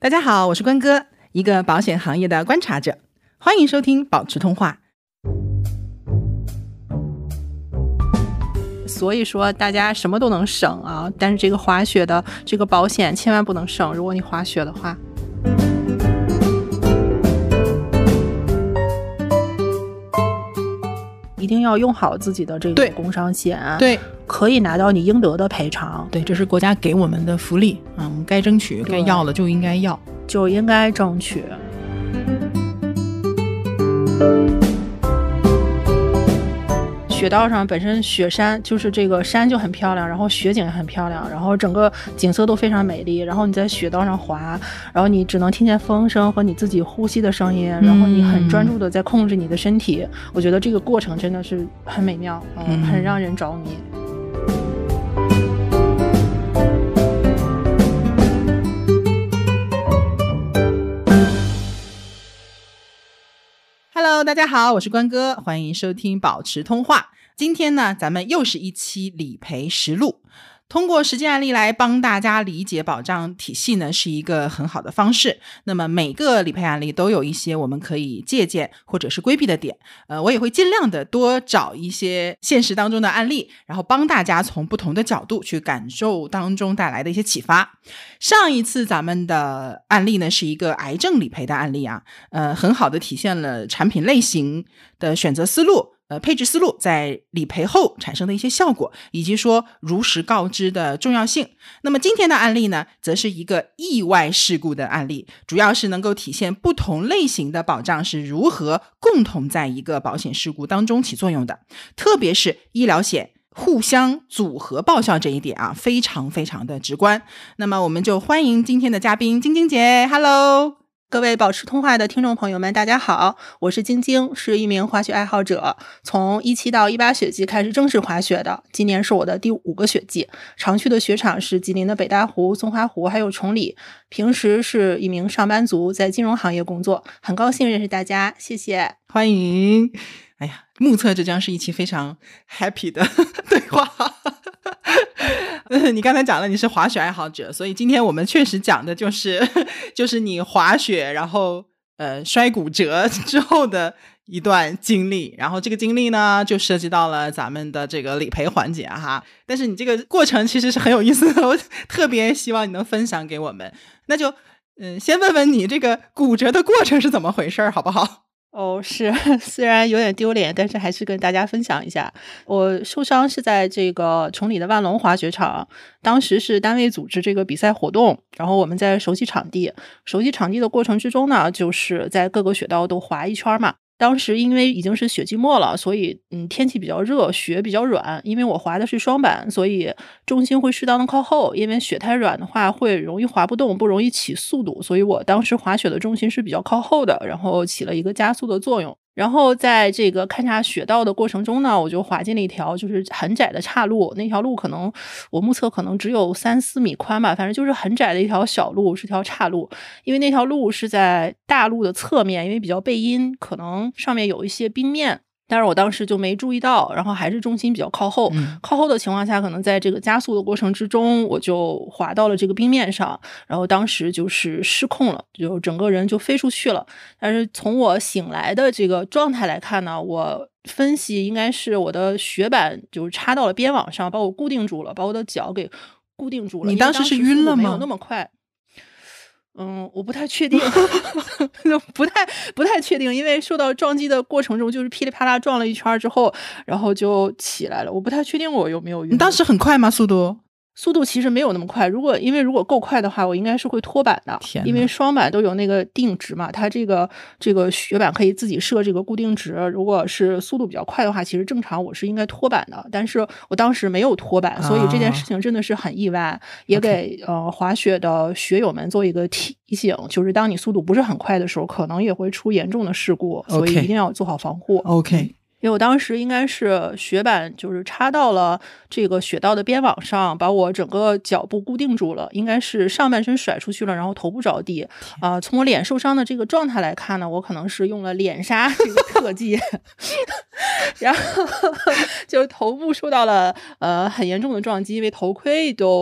大家好，我是关哥，一个保险行业的观察者，欢迎收听保持通话。所以说大家什么都能省啊，但是这个滑雪的这个保险千万不能省，如果你滑雪的话。一定要用好自己的这个工伤险，对，可以拿到你应得的赔偿。对，这是国家给我们的福利啊，我们该争取该要的就应该要，就应该争取。雪道上本身雪山就是这个山就很漂亮，然后雪景也很漂亮，然后整个景色都非常美丽，然后你在雪道上滑，然后你只能听见风声和你自己呼吸的声音，然后你很专注的在控制你的身体，我觉得这个过程真的是很美妙，很让人着迷。Hello， 大家好，我是关哥，欢迎收听保持通话。今天呢，咱们又是一期理赔实录。通过实际案例来帮大家理解保障体系呢，是一个很好的方式。那么每个理赔案例都有一些我们可以借鉴或者是规避的点。我也会尽量的多找一些现实当中的案例，然后帮大家从不同的角度去感受当中带来的一些启发。上一次咱们的案例呢，是一个癌症理赔的案例啊，很好的体现了产品类型的选择思路。配置思路在理赔后产生的一些效果，以及说如实告知的重要性。那么今天的案例呢，则是一个意外事故的案例，主要是能够体现不同类型的保障是如何共同在一个保险事故当中起作用的，特别是医疗险互相组合报销这一点啊，非常非常的直观。那么我们就欢迎今天的嘉宾晶晶姐 ，Hello。各位保持通话的听众朋友们，大家好，我是晶晶，是一名滑雪爱好者，从17到18雪季开始正式滑雪的，今年是我的第5个雪季，常去的雪场是吉林的北大湖、松花湖还有崇礼，平时是一名上班族，在金融行业工作，很高兴认识大家，谢谢，欢迎。哎呀，目测这将是一期非常 happy 的对话。你刚才讲了你是滑雪爱好者，所以今天我们确实讲的就是你滑雪然后摔骨折之后的一段经历，然后这个经历呢就涉及到了咱们的这个理赔环节哈。但是你这个过程其实是很有意思的，我特别希望你能分享给我们。那就先问问你这个骨折的过程是怎么回事好不好？是，虽然有点丢脸，但是还是跟大家分享一下。我受伤是在这个崇礼的万隆滑雪场，当时是单位组织这个比赛活动，然后我们在熟悉场地的过程之中呢，就是在各个雪道都滑一圈嘛。当时因为已经是雪季末了，所以天气比较热，雪比较软，因为我滑的是双板，所以重心会适当的靠后，因为雪太软的话会容易滑不动，不容易起速度，所以我当时滑雪的重心是比较靠后的，然后起了一个加速的作用。然后在这个勘察雪道的过程中呢，我就滑进了一条就是很窄的岔路，那条路可能我目测可能只有3-4米宽吧，反正就是很窄的一条小路，是条岔路。因为那条路是在大路的侧面，因为比较背阴，可能上面有一些冰面，但是我当时就没注意到，然后还是重心比较靠后，靠后的情况下，可能在这个加速的过程之中，我就滑到了这个冰面上，然后当时就是失控了，就整个人就飞出去了。但是从我醒来的这个状态来看呢，我分析应该是我的雪板就插到了边网上，把我固定住了，把我的脚给固定住了。你当时是晕了吗？没有那么快。我不太确定不太确定，因为受到撞击的过程中就是噼里啪啦撞了一圈之后，然后就起来了，我不太确定我有没有晕。你当时很快吗？速度其实没有那么快，因为如果够快的话，我应该是会脱板的，因为双板都有那个定值嘛，它这个雪板可以自己设这个固定值，如果是速度比较快的话，其实正常我是应该脱板的，但是我当时没有脱板，所以这件事情真的是很意外，也给滑雪的雪友们做一个提醒，就是当你速度不是很快的时候，可能也会出严重的事故，所以一定要做好防护。OK。因为我当时应该是雪板就是插到了这个雪道的边网上，把我整个脚部固定住了，应该是上半身甩出去了，然后头部着地。从我脸受伤的这个状态来看呢，我可能是用了脸杀这个特技，然后就头部受到了很严重的撞击，因为头盔都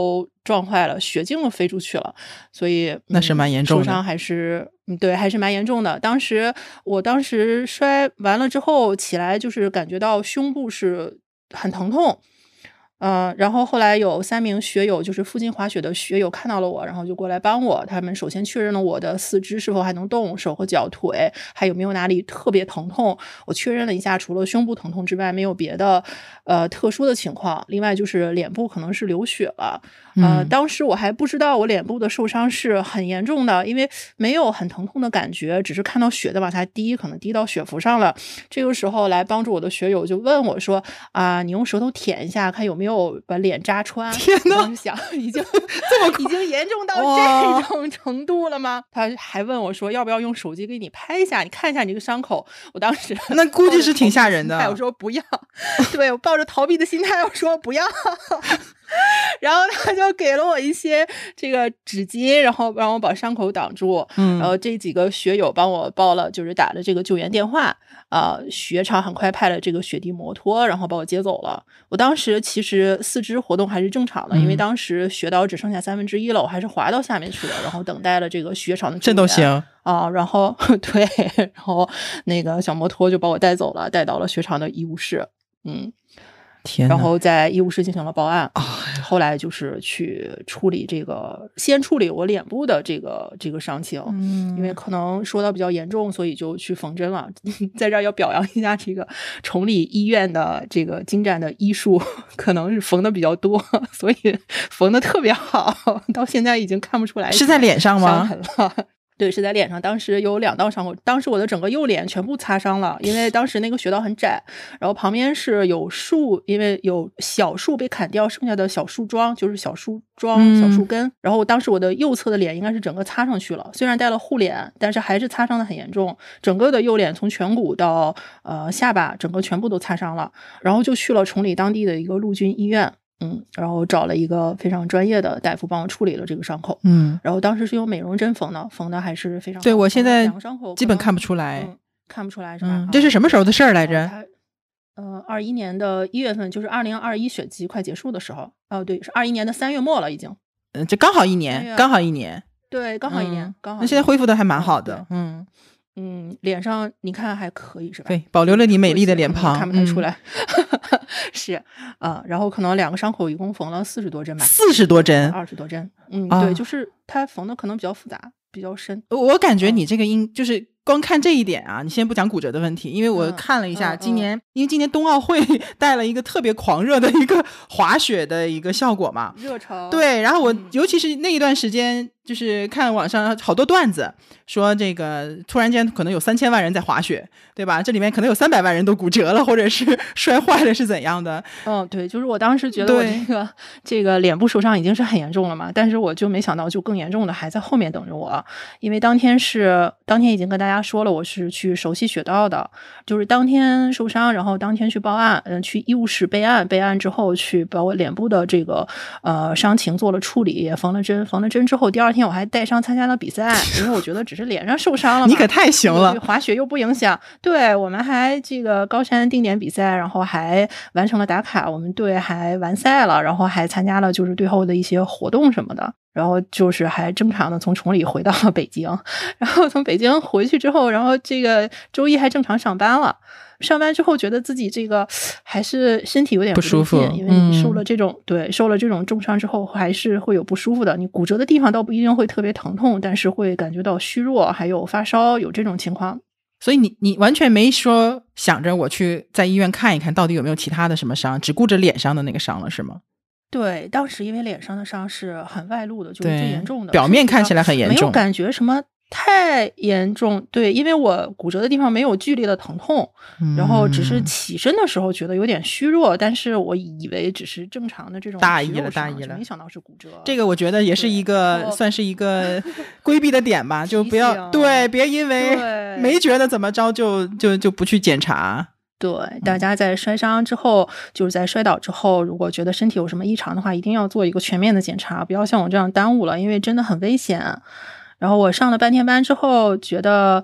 撞坏了，血镜都飞出去了，所以那是蛮严重的， 受伤还是对，还是蛮严重的。我当时摔完了之后起来，就是感觉到胸部是很疼痛。然后后来有3名学友，就是附近滑雪的学友看到了我，然后就过来帮我。他们首先确认了我的四肢是否还能动，手和脚腿还有没有哪里特别疼痛。我确认了一下，除了胸部疼痛之外，没有别的特殊的情况。另外就是脸部可能是流血了。当时我还不知道我脸部的受伤是很严重的，因为没有很疼痛的感觉，只是看到血在往下滴，可能滴到雪服上了。这个时候来帮助我的学友就问我说你用舌头舔一下，看有没有把脸扎穿。 天哪， 我想已经严重到这种程度了吗？他还问我说要不要用手机给你拍一下，你看一下你这个伤口。我当时那估计是挺吓人的， 我说不要。对，我抱着逃避的心态我说不要。然后他就给了我一些这个纸巾，然后让我把伤口挡住。然后这几个学友帮我报了，就是打了这个救援电话。雪场很快派了这个雪地摩托，然后把我接走了。我当时其实四肢活动还是正常的，因为当时雪道只剩下1/3了，我还是滑到下面去了，然后等待了这个雪场的救援。 这都行然后对，然后那个小摩托就把我带走了，带到了雪场的医务室。然后在医务室进行了报案。后来就是去处理先处理我脸部的这个伤情。因为可能说到比较严重，所以就去缝针了。在这儿要表扬一下这个崇礼医院的这个精湛的医术，可能是缝的比较多，所以缝的特别好，到现在已经看不出来是在脸上吗？ 伤痕了。对，是在脸上。当时有2道伤口，当时我的整个右脸全部擦伤了，因为当时那个雪道很窄，然后旁边是有树，因为有小树被砍掉，剩下的小树桩就是小树桩、小树根。然后当时我的右侧的脸应该是整个擦上去了，虽然戴了护脸，但是还是擦伤的很严重，整个的右脸从颧骨到下巴整个全部都擦伤了。然后就去了崇礼当地的一个陆军医院。然后找了一个非常专业的大夫帮我处理了这个伤口。然后当时是用美容针缝的还是非常好。 对，我现在两个伤口基本看不出来。 看不出来是吧？ 这是什么时候的事儿来着 ？21年的1月份，就是2021雪季快结束的时候。对，是21年的3月末了已经。 这刚好一年，刚好一年。 对，刚好一年，刚好。 那现在恢复的还蛮好的。 脸上你看还可以是吧？ 对，保留了你美丽的脸庞， 看不太出来。是然后可能2个伤口一共缝了40多针吧。 40多针 ，20多针。对，就是它缝的可能比较复杂，比较深。 我感觉你这个就是光看这一点啊，你先不讲骨折的问题，因为我看了一下今年，因为今年冬奥会带了一个特别狂热的一个滑雪的一个效果嘛， 热潮。 对，然后我尤其是那一段时间，就是看网上好多段子说这个突然间可能有3000万人在滑雪，对吧？这里面可能有300万人都骨折了，或者是摔坏了，是怎样的？ 对，就是我当时觉得我这个脸部受伤已经是很严重了嘛，但是我就没想到就更严重的还在后面等着我。因为当天已经跟大家说了，我是去熟悉雪道的，就是当天受伤，然后当天去报案，去医务室备案，备案之后去把我脸部的这个伤情做了处理，也缝了针之后，第2天我还带伤参加了比赛，因为我觉得只是脸上受伤了嘛。 你可太行了， 滑雪又不影响。对，我们还这个高山定点比赛，然后还完成了打卡，我们队还完赛了，然后还参加了就是队后的一些活动什么的。然后就是还正常的从崇礼回到了北京，然后从北京回去之后，然后这个周一还正常上班了。上班之后觉得自己这个还是身体有点不舒服， 因为你受了这种重伤之后还是会有不舒服的。你骨折的地方倒不一定会特别疼痛，但是会感觉到虚弱，还有发烧，有这种情况。 所以你完全没说想着我去在医院看一看到底有没有其他的什么伤，只顾着脸上的那个伤了是吗？ 对，当时因为脸上的伤是很外露的，就是最严重的， 表面看起来很严重， 没有感觉什么太严重。对，因为我骨折的地方没有剧烈的疼痛，然后只是起身的时候觉得有点虚弱，但是我以为只是正常的这种大意了， 没想到是骨折。 这个我觉得也是一个算是一个规避的点吧，就不要别因为没觉得怎么着就不去检查。 对，大家在摔伤之后，就是在摔倒之后，如果觉得身体有什么异常的话，一定要做一个全面的检查，不要像我这样耽误了，因为真的很危险。然后我上了半天班之后，觉得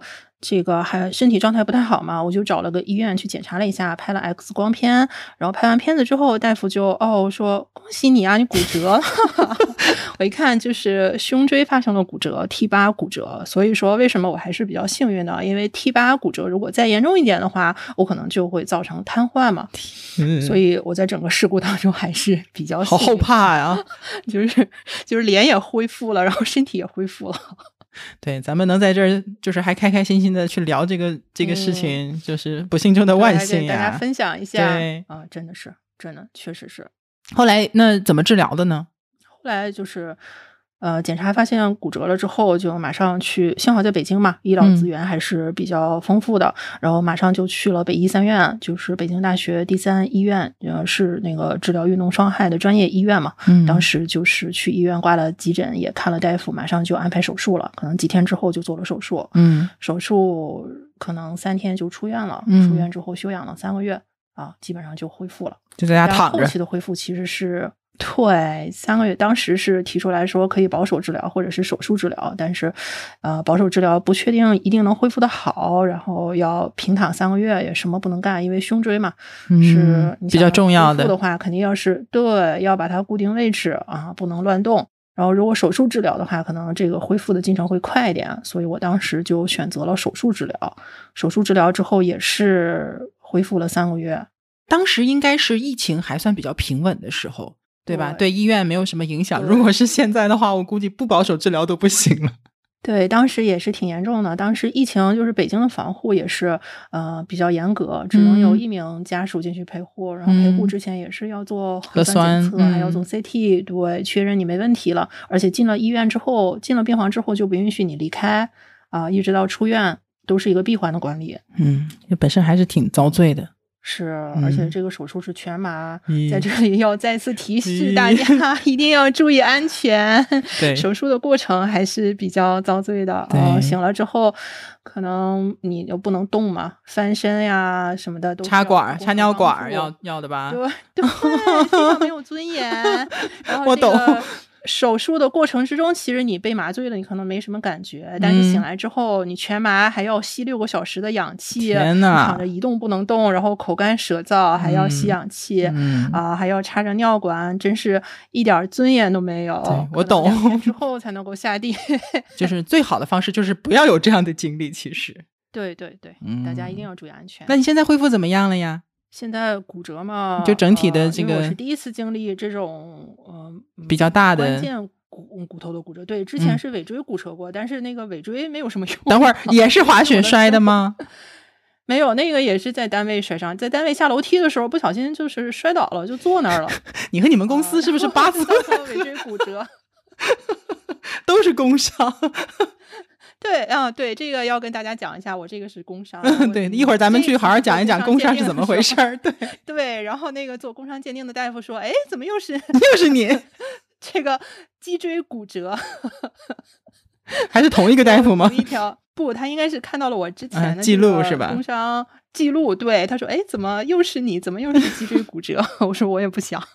这个还身体状态不太好嘛，我就找了个医院去检查了一下，拍了 X 光片，然后拍完片子之后，大夫就说恭喜你啊，你骨折了。我一看就是胸椎发生了骨折 ，T8 骨折。所以说为什么我还是比较幸运的？因为 T8 骨折如果再严重一点的话，我可能就会造成瘫痪嘛。所以我在整个事故当中还是比较幸运。 好后怕呀！ 就是脸也恢复了，然后身体也恢复了。 对，咱们能在这儿就是还开开心心的去聊这个事情，就是不幸中的万幸呀。 给大家分享一下， 对啊，真的是，真的确实是。 后来那怎么治疗的呢？ 后来就是检查发现骨折了之后，就马上去，幸好在北京嘛，医疗资源还是比较丰富的，然后马上就去了北医三院，就是北京大学第3医院，是那个治疗运动伤害的专业医院嘛。当时就是去医院挂了急诊，也看了大夫，马上就安排手术了，可能几天之后就做了手术。手术可能3天就出院了，出院之后休养了3个月啊，基本上就恢复了， 就在家躺着。 后期的恢复其实是。对，3个月，当时是提出来说可以保守治疗或者是手术治疗，但是保守治疗不确定一定能恢复的好，然后要平躺3个月，也什么不能干，因为胸椎嘛，是比较重要的。 恢复的话肯定要把它固定位置啊，不能乱动。然后如果手术治疗的话，可能这个恢复的进程会快一点，所以我当时就选择了手术治疗。手术治疗之后也是恢复了3个月。 当时应该是疫情还算比较平稳的时候，对吧？对医院没有什么影响。如果是现在的话，我估计不保守治疗都不行了。 对，当时也是挺严重的。当时疫情就是北京的防护也是比较严格，只能有1名家属进去陪护，然后陪护之前也是要做核酸检测，还要做 CT，对，确认你没问题了。而且进了医院之后，进了病房之后就不允许你离开一直到出院都是一个闭环的管理。 本身还是挺遭罪的。 是，而且这个手术是全麻，在这里要再次提示大家一定要注意安全。 对， 手术的过程还是比较遭罪的。醒了之后，可能你就不能动嘛，翻身呀什么的都插管、插尿管要的吧？ 对，非常没有尊严。然后我懂。 手术的过程之中，其实你被麻醉了，你可能没什么感觉，但是醒来之后，你全麻还要吸6个小时的氧气， 天哪， 躺着一动不能动，然后口干舌燥，还要吸氧气，还要插着尿管，真是一点尊严都没有。 我懂。 2天之后才能够下地。 就是最好的方式就是不要有这样的经历，其实。 对对对，大家一定要注意安全。 那你现在恢复怎么样了呀？ 现在骨折嘛， 就整体的这个， 因为我是第一次经历这种比较大的关键骨头的骨折。对，之前是尾椎骨折过，但是那个尾椎没有什么用。 等会儿也是滑雪摔的吗？ 没有，那个也是在单位摔伤，在单位下楼梯的时候不小心就是摔倒了，就坐那儿了。 你和你们公司是不是8次尾椎骨折？ 都是工伤。 对对，这个要跟大家讲一下，我这个是工伤。 对，一会儿咱们去好好讲一讲工伤是怎么回事儿。 对，然后那个做工伤鉴定的大夫说：“哎，怎么又是你？ 这个脊椎骨折， 还是同一个大夫吗？” 一条不，他应该是看到了我之前的记录是吧？ 工伤记录，对，他说：“哎，怎么又是你？怎么又是脊椎骨折？”我说：“我也不想。”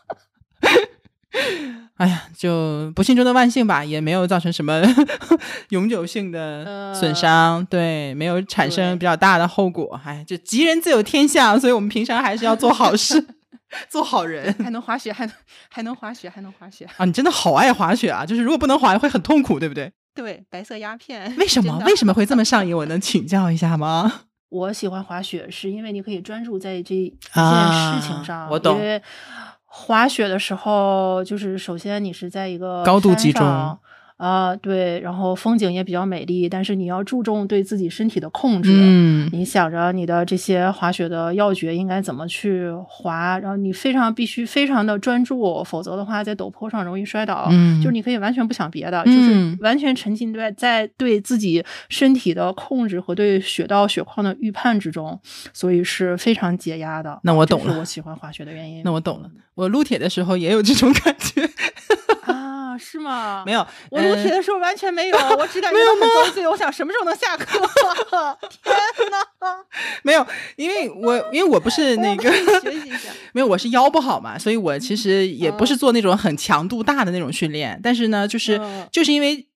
哎呀，就不幸中的万幸吧，也没有造成什么永久性的损伤，对，没有产生比较大的后果。哎，就吉人自有天相，所以我们平常还是要做好事，做好人。 还能滑雪，还能滑雪啊！你真的好爱滑雪啊！就是如果不能滑，会很痛苦，对不对？ 对，白色鸦片。 为什么会这么上瘾？我能请教一下吗？ 我喜欢滑雪，是因为你可以专注在这一件事情上。 我懂。 因为滑雪的时候，就是首先你是在一个高度集中对，然后风景也比较美丽，但是你要注重对自己身体的控制。你想着你的这些滑雪的要诀应该怎么去滑，然后你必须非常的专注，否则的话在陡坡上容易摔倒。就是你可以完全不想别的，就是完全沉浸在对自己身体的控制和对雪道雪况的预判之中，所以是非常解压的。 那我懂了， 这是我喜欢滑雪的原因。 那我懂了，我撸铁的时候也有这种感觉。 是吗？ 没有， 我撸铁的时候完全没有，我只感觉到很遭罪。我想什么时候能下课？天哪！ 没有，因为我不是那个学习一下， 没有，我是腰不好嘛，所以我其实也不是做那种很强度大的那种训练，但是呢，就是因为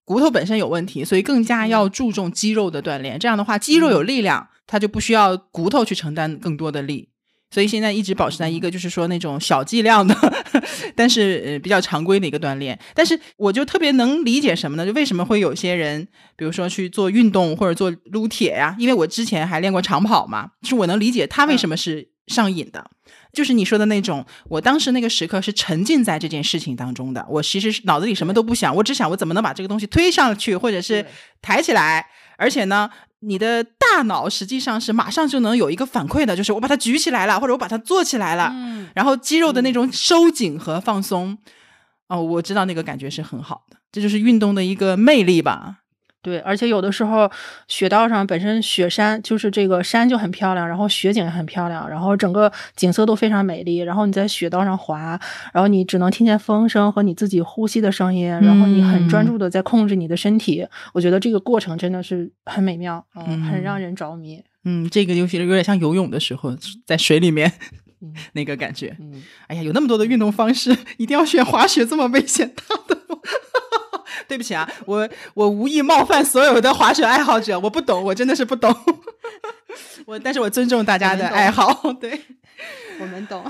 骨头本身有问题，所以更加要注重肌肉的锻炼。这样的话，肌肉有力量，它就不需要骨头去承担更多的力。所以现在一直保持在一个就是说那种小剂量的但是比较常规的一个锻炼。但是我就特别能理解什么呢，就为什么会有些人比如说去做运动或者做撸铁呀，因为我之前还练过长跑嘛，就是我能理解他为什么是上瘾的。就是你说的那种，我当时那个时刻是沉浸在这件事情当中的，我其实脑子里什么都不想，我只想我怎么能把这个东西推上去或者是抬起来。而且呢你的大脑实际上是马上就能有一个反馈的，就是我把它举起来了或者我把它做起来了，然后肌肉的那种收紧和放松，我知道那个感觉是很好的，这就是运动的一个魅力吧。 对，而且有的时候雪道上本身雪山就是这个山就很漂亮，然后雪景也很漂亮，然后整个景色都非常美丽，然后你在雪道上滑，然后你只能听见风声和你自己呼吸的声音，然后你很专注的在控制你的身体，我觉得这个过程真的是很美妙，很让人着迷。 这个游戏有点像游泳的时候在水里面那个感觉。哎呀，有那么多的运动方式，一定要选滑雪这么危险大的吗？对不起啊，我无意冒犯所有的滑雪爱好者，我不懂，我真的是不懂。但是我尊重大家的爱好。对， 我们懂。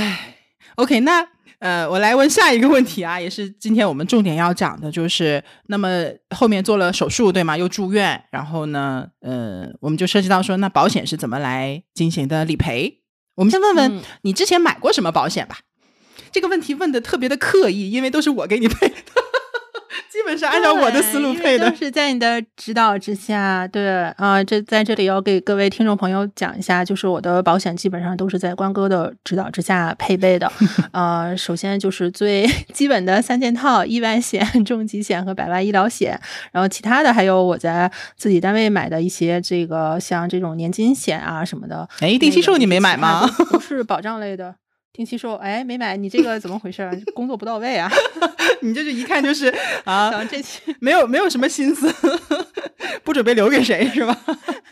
OK， 那我来问下一个问题啊，也是今天我们重点要讲的，就是那么后面做了手术对吗？又住院，然后呢我们就涉及到说那保险是怎么来进行的理赔。我们先问问你之前买过什么保险吧。这个问题问的特别的刻意，因为都是我给你配的。基本上按照我的思路配的， 都是在你的指导之下。对这在这里要给各位听众朋友讲一下，就是我的保险基本上都是在关哥的指导之下配备的。首先就是最基本的3件套，意外险、重疾险和100万医疗险，然后其他的还有我在自己单位买的一些这个像这种年金险啊什么的。 定期寿你没买吗？ 不是保障类的。定期寿没买，你这个怎么回事？工作不到位啊！ 你这就一看就是啊， 这期没有什么心思，不准备留给谁是吧？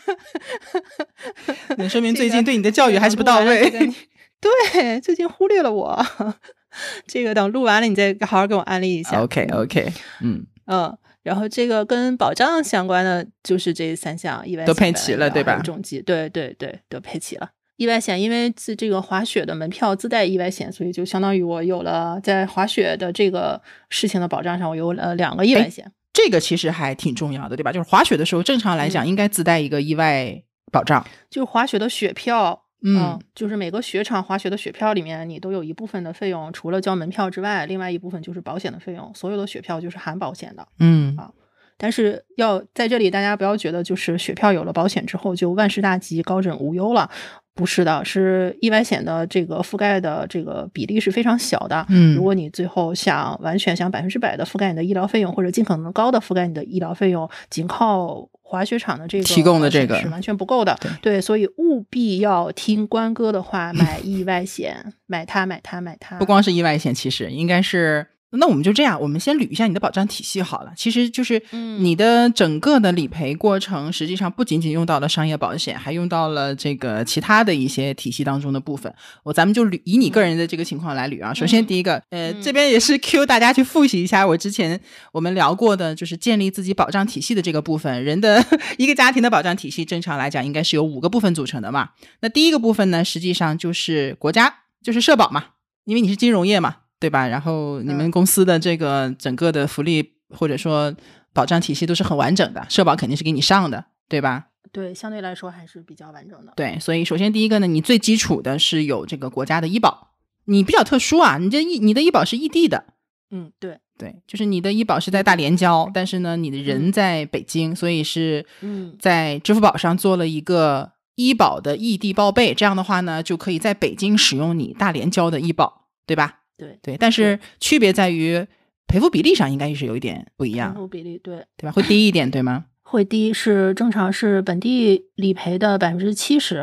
那说明最近对你的教育还是不到位。 对，最近忽略了我。这个等录完了你再好好给我安利一下。 OK， 然后这个跟保障相关的就是这3项，意外险都配齐了对吧？ 重疾，对，都配齐了。意外险因为这个滑雪的门票自带意外险，所以就相当于我有了在滑雪的这个事情的保障上，我有了2个意外险。 这个其实还挺重要的，对吧？就是滑雪的时候正常来讲应该自带一个意外保障。 就滑雪的雪票就是每个雪场滑雪的雪票里面你都有一部分的费用除了交门票之外，另外一部分就是保险的费用，所有的雪票就是含保险的。但是要在这里大家不要觉得就是雪票有了保险之后就万事大吉高枕无忧了，不是的，是意外险的这个覆盖的这个比例是非常小的。如果你最后完全想100%的覆盖你的医疗费用，或者尽可能高的覆盖你的医疗费用，仅靠滑雪场的这个提供的这个是完全不够的。对，所以务必要听关哥的话，买意外险，买它。不光是意外险，其实应该是。那我们就这样，我们先捋一下你的保障体系好了。其实就是你的整个的理赔过程实际上不仅仅用到了商业保险，还用到了这个其他的一些体系当中的部分。咱们就以你个人的这个情况来捋啊。首先第一个这边也是 Q 大家去复习一下我们聊过的就是建立自己保障体系的这个部分。人的一个家庭的保障体系正常来讲应该是由5个部分组成的嘛。那第一个部分呢实际上就是国家，就是社保嘛，因为你是金融业嘛，对吧？然后你们公司的这个整个的福利或者说保障体系都是很完整的，社保肯定是给你上的，对吧？ 对，相对来说还是比较完整的。 对，所以首先第一个呢，你最基础的是有这个国家的医保。你比较特殊啊，你的医保是异地的。对，就是你的医保是在大连交，但是呢你的人在北京，所以是在支付宝上做了一个医保的异地报备，这样的话呢就可以在北京使用你大连交的医保，对吧？对，但是区别在于赔付比例上应该是有一点不一样。 赔付比例对吧？会低一点对吗？ 会低，是正常是本地理赔的70%。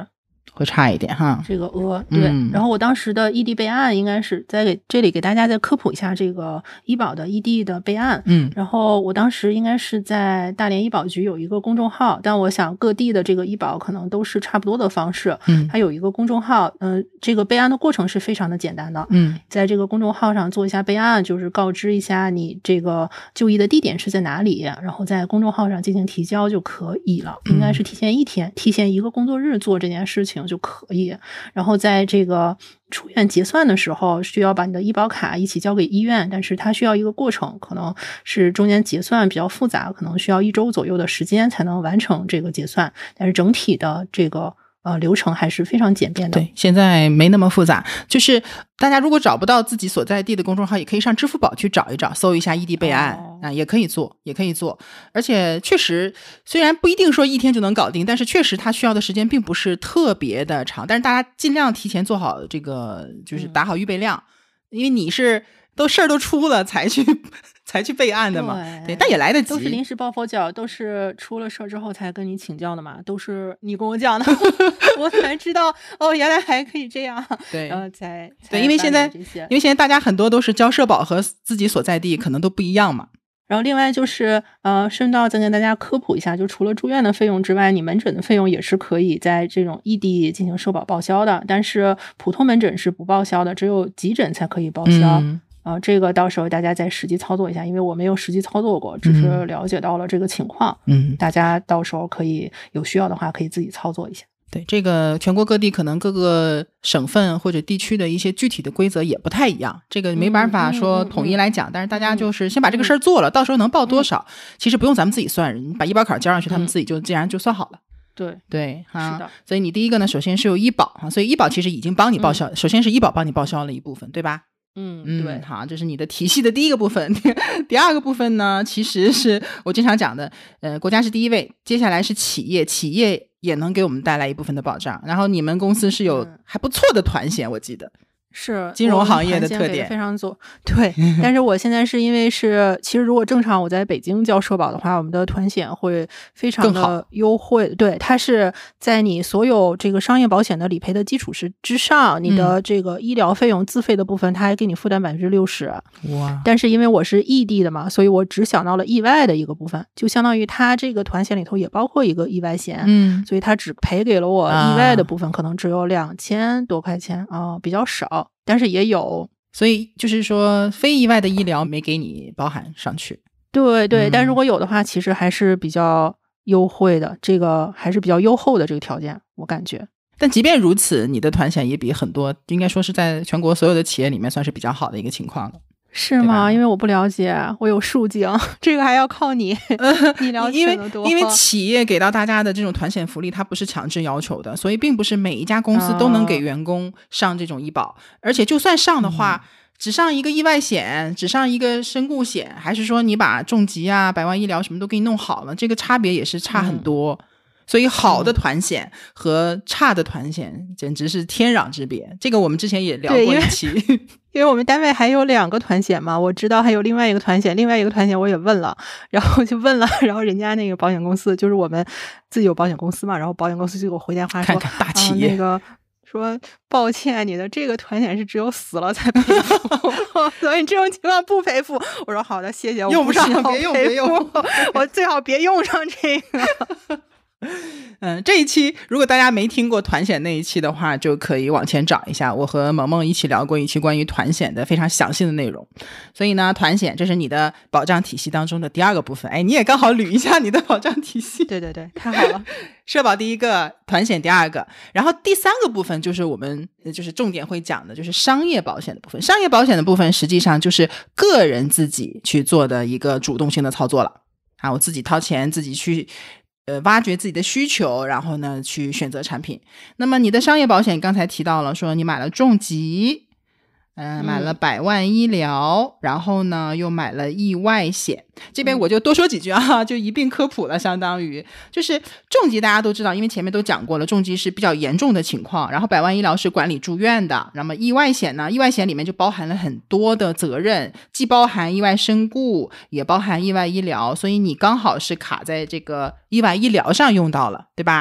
会差一点哈。 这个对，然后我当时的异地备案应该是在这里给大家再科普一下这个医保的异地的备案。然后我当时应该是在大连医保局有一个公众号，但我想各地的这个医保可能都是差不多的方式。它有一个公众号，这个备案的过程是非常的简单的。在这个公众号上做一下备案，就是告知一下你这个就医的地点是在哪里，然后在公众号上进行提交就可以了。应该是提前1天，提前1个工作日做这件事情就可以。然后在这个出院结算的时候，需要把你的医保卡一起交给医院，但是它需要一个过程，可能是中间结算比较复杂，可能需要1周左右的时间才能完成这个结算，但是整体的这个流程还是非常简便的。 对，现在没那么复杂，就是大家如果找不到自己所在地的公众号，也可以上支付宝去找一找，搜一下异地备案也可以做，而且确实虽然不一定说1天就能搞定，但是确实它需要的时间并不是特别的长，但是大家尽量提前做好这个，就是打好预备量，因为你是事儿都出了才去备案的嘛。对，但也来得及， 都是临时抱佛脚，都是出了事儿之后才跟你请教的嘛，都是你跟我讲的我才知道原来还可以这样。 对， 然后才对，因为现在大家很多都是交社保和自己所在地可能都不一样嘛。 然后另外就是顺道再跟大家科普一下，就除了住院的费用之外，你门诊的费用也是可以在这种异地进行社保报销的，但是普通门诊是不报销的，只有急诊才可以报销。这个到时候大家再实际操作一下，因为我没有实际操作过，只是了解到了这个情况。大家到时候可以有需要的话可以自己操作一下。 对，这个全国各地可能各个省份或者地区的一些具体的规则也不太一样，这个没办法说统一来讲，但是大家就是先把这个事儿做了，到时候能报多少，其实不用咱们自己算，你把医保卡交上去，他们自己就自然就算好了。 对哈， 是的。 所以你第一个呢，首先是有医保所以医保其实已经帮你报销，首先是医保帮你报销了一部分，对吧？ 对， 好，这是你的体系的第一个部分。第二个部分呢，其实是我经常讲的，国家是第一位，接下来是企业也能给我们带来一部分的保障。然后你们公司是有还不错的团险，我记得是金融行业的特点非常足。对，但是我现在是因为其实如果正常我在北京交社保的话，我们的团险会非常的优惠。对，它是在你所有这个商业保险的理赔的基础之上，你的这个医疗费用自费的部分，它还给你负担60%。 哇！ 但是因为我是异地的嘛，所以我只想到了意外的一个部分，就相当于它这个团险里头也包括一个意外险，所以它只赔给了我意外的部分，可能只有2000多块钱比较少。但是也有， 所以就是说非意外的医疗没给你包含上去。 对，但如果有的话，其实还是比较优惠的，这个还是比较优厚的这个条件，我感觉。 但即便如此，你的团险也比很多，应该说是在全国所有的企业里面算是比较好的一个情况了。 是吗？因为我不了解，我有数据，这个还要靠你，你了解的多。 因为企业给到大家的这种团险福利，它不是强制要求的，所以并不是每一家公司都能给员工上这种医保，而且就算上的话，只上一个意外险，只上一个身故险，还是说你把重疾啊、百万医疗什么都给你弄好了，这个差别也是差很多。所以好的团险和差的团险简直是天壤之别，这个我们之前也聊过一期。 因为我们单位还有2个团险嘛，我知道还有另外一个团险，我也问了，然后人家那个保险公司，就是我们自己有保险公司嘛，然后保险公司就给我回电话说， 看大企业， 那个说抱歉，你的这个团险是只有死了才赔付所以这种情况不赔付。我说好的，谢谢， 用不上，别用我最好别用上这个这一期如果大家没听过团险那一期的话，就可以往前找一下，我和萌萌一起聊过一期关于团险的非常详细的内容。所以呢，团险这是你的保障体系当中的第2个部分。你也刚好捋一下你的保障体系。 对，太好了。 社保第1个，团险第2个，然后第3个部分就是我们就是重点会讲的，就是商业保险的部分。商业保险的部分实际上就是个人自己去做的一个主动性的操作了我自己掏钱，自己去挖掘自己的需求，然后呢去选择产品。那么你的商业保险刚才提到了，说你买了重疾，买了百万医疗，然后呢又买了意外险。这边我就多说几句就一并科普了，相当于就是重疾大家都知道，因为前面都讲过了，重疾是比较严重的情况，然后百万医疗是管理住院的，那么意外险呢，意外险里面就包含了很多的责任，既包含意外身故，也包含意外医疗，所以你刚好是卡在这个意外医疗上用到了，对吧？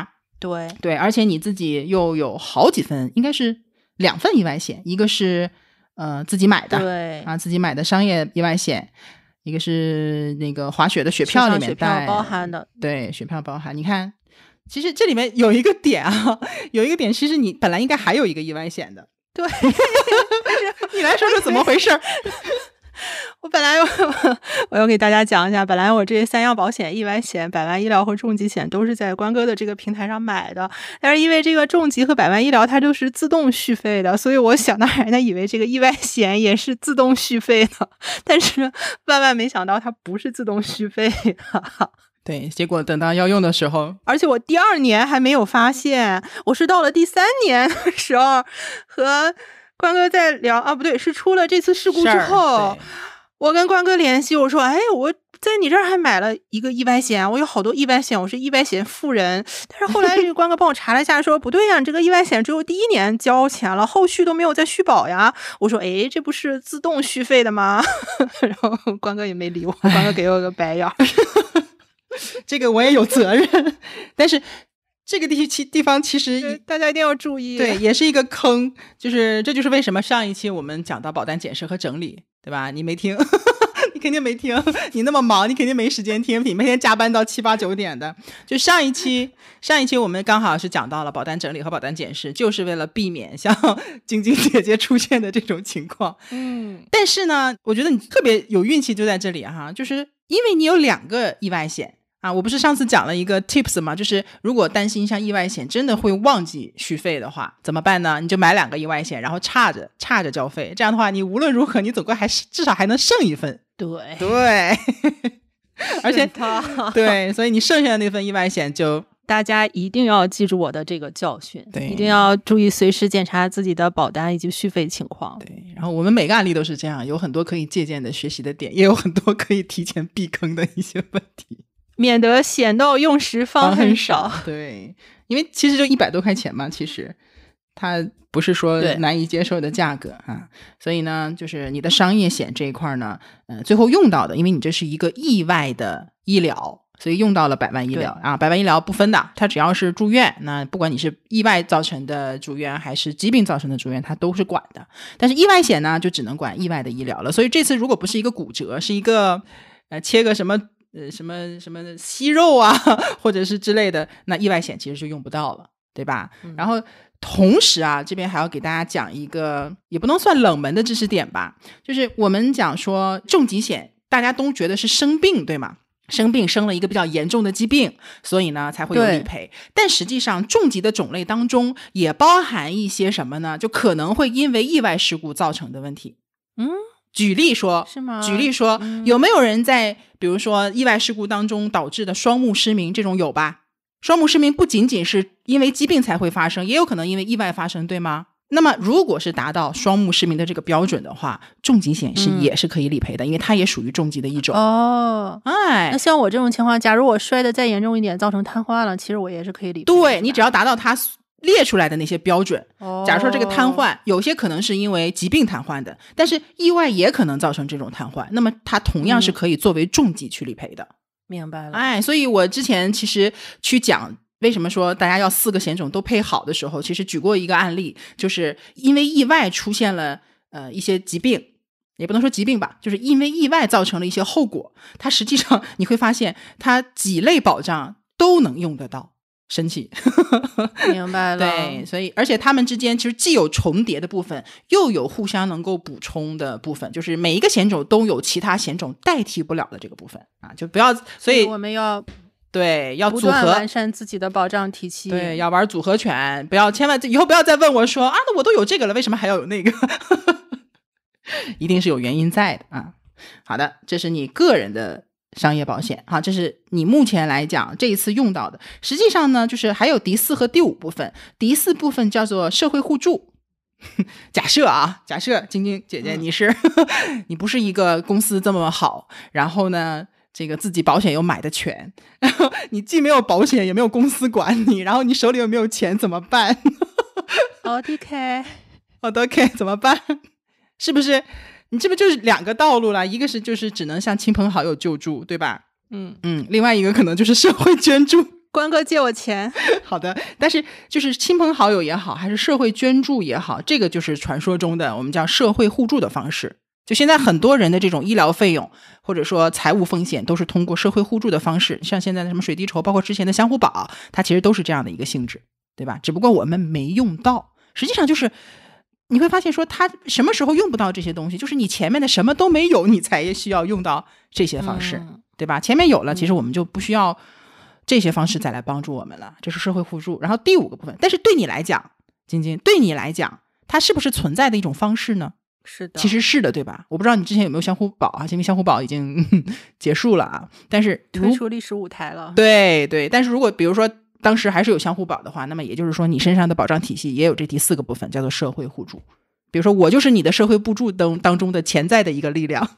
对对，而且你自己又有好几份，应该是2份意外险，一个是自己买的， 对啊，自己买的商业意外险，一个是那个滑雪的雪票里面带， 包含的， 对，雪票包含。你看，其实这里面有一个点啊，有一个点，其实你本来应该还有一个意外险的， 对， 你来说说怎么回事？ 我本来我要给大家讲一下，本来我这3样保险，意外险、百万医疗和重疾险都是在关哥的这个平台上买的，但是因为这个重疾和百万医疗它都是自动续费的，所以我想当然的以为这个意外险也是自动续费的，但是万万没想到它不是自动续费的。 对，结果等到要用的时候， 而且我第2年还没有发现，我是到了第3年的时候和关哥在聊啊，不对，是出了这次事故之后，我跟关哥联系，我说，哎，我在你这儿还买了一个意外险，我有好多意外险，我是意外险富人。但是后来这个关哥帮我查了一下，说不对呀，这个意外险只有第1年交钱了，后续都没有再续保呀。我说，哎，这不是自动续费的吗？然后关哥也没理我，关哥给我个白眼。 这个我也有责任，但是这个地方其实大家一定要注意， 对，也是一个坑，这就是为什么上一期我们讲到保单检视和整理，对吧？你没听你肯定没听，你那么忙你肯定没时间听，你每天加班到7、8、9点的。就上一期我们刚好是讲到了保单整理和保单检视，就是为了避免像晶晶姐姐出现的这种情况。但是呢，我觉得你特别有运气就在这里哈，就是因为你有2个意外险啊，我不是上次讲了一个 tips 吗？就是如果担心像意外险真的会忘记续费的话，怎么办呢？你就买2个意外险，然后差着交费，这样的话你无论如何你总归至少还能剩一份。对而且对，所以你剩下的那份意外险就大家一定要记住我的这个教训， 对， 一定要注意随时检查自己的保单以及续费情况。 对，然后我们每个案例都是这样，有很多可以借鉴的学习的点，也有很多可以提前避坑的一些问题， 免得险到用时方恨少。 对，因为其实就100多块钱嘛，其实它不是说难以接受的价格啊，所以呢，就是你的商业险这一块呢，最后用到的，因为你这是一个意外的医疗，所以用到了百万医疗啊，百万医疗不分的，它只要是住院，那不管你是意外造成的住院还是疾病造成的住院，它都是管的。但是意外险呢，就只能管意外的医疗了。所以这次如果不是一个骨折，是一个切个什么息肉啊，或者是之类的，那意外险其实就用不到了，对吧？然后同时啊，这边还要给大家讲一个也不能算冷门的知识点吧，就是我们讲说重疾险大家都觉得是生病，对吗？生了一个比较严重的疾病，所以呢才会有理赔。但实际上重疾的种类当中也包含一些什么呢？就可能会因为意外事故造成的问题。举例说， 是吗？ 举例说，有没有人在比如说意外事故当中导致的双目失明，这种有吧？双目失明不仅仅是因为疾病才会发生，也有可能因为意外发生，对吗？那么如果是达到双目失明的这个标准的话，重疾险也是可以理赔的，因为它也属于重疾的一种。 那像我这种情况，假如我摔得再严重一点造成瘫痪了，其实我也是可以理赔的。 对，你只要达到它列出来的那些标准。假如说这个瘫痪有些可能是因为疾病瘫痪的，但是意外也可能造成这种瘫痪，那么它同样是可以作为重疾去理赔的。 明白了。 所以我之前其实去讲为什么说大家要4个险种都配好的时候，其实举过一个案例，就是因为意外出现了一些疾病，也不能说疾病吧，就是因为意外造成了一些后果，它实际上你会发现它几类保障都能用得到，神奇。 明白了。 对，所以而且他们之间其实既有重叠的部分，又有互相能够补充的部分，就是每一个险种都有其他险种代替不了的这个部分啊，就不要，所以我们要组合， 不断完善自己的保障体系。 对，要玩组合拳，千万以后不要再问我说啊，那我都有这个了，为什么还要有那个？一定是有原因在的啊。好的，这是你个人的商业保险啊，这是你目前来讲这一次用到的。实际上呢，就是还有第4和第5部分。第4部分叫做社会互助。假设晶晶姐姐你不是一个公司这么好，然后呢这个自己保险又买的全，然后你既没有保险也没有公司管你，然后你手里又没有钱怎么办？OK 怎么办？是不是你这不就是2个道路了？一个是就是只能向亲朋好友救助，对吧？另外一个可能就是社会捐助。 关哥借我钱。 好的，但是就是亲朋好友也好，还是社会捐助也好，这个就是传说中的我们叫社会互助的方式。就现在很多人的这种医疗费用或者说财务风险都是通过社会互助的方式，像现在的什么水滴筹，包括之前的相互保，它其实都是这样的一个性质，对吧？只不过我们没用到，实际上就是你会发现说它什么时候用不到这些东西，就是你前面的什么都没有，你才需要用到这些方式，对吧？前面有了，其实我们就不需要这些方式再来帮助我们了，这是社会互助。然后第5个部分，但是对你来讲，晶晶，对你来讲它是不是存在的一种方式呢？ 是的， 其实是的，对吧？我不知道你之前有没有相互保啊，因为相互保已经结束了啊。但是退出历史舞台了。 对对，但是如果比如说当时还是有相互保的话，那么也就是说你身上的保障体系也有这第4个部分，叫做社会互助。比如说我就是你的社会互助当中的潜在的一个力量，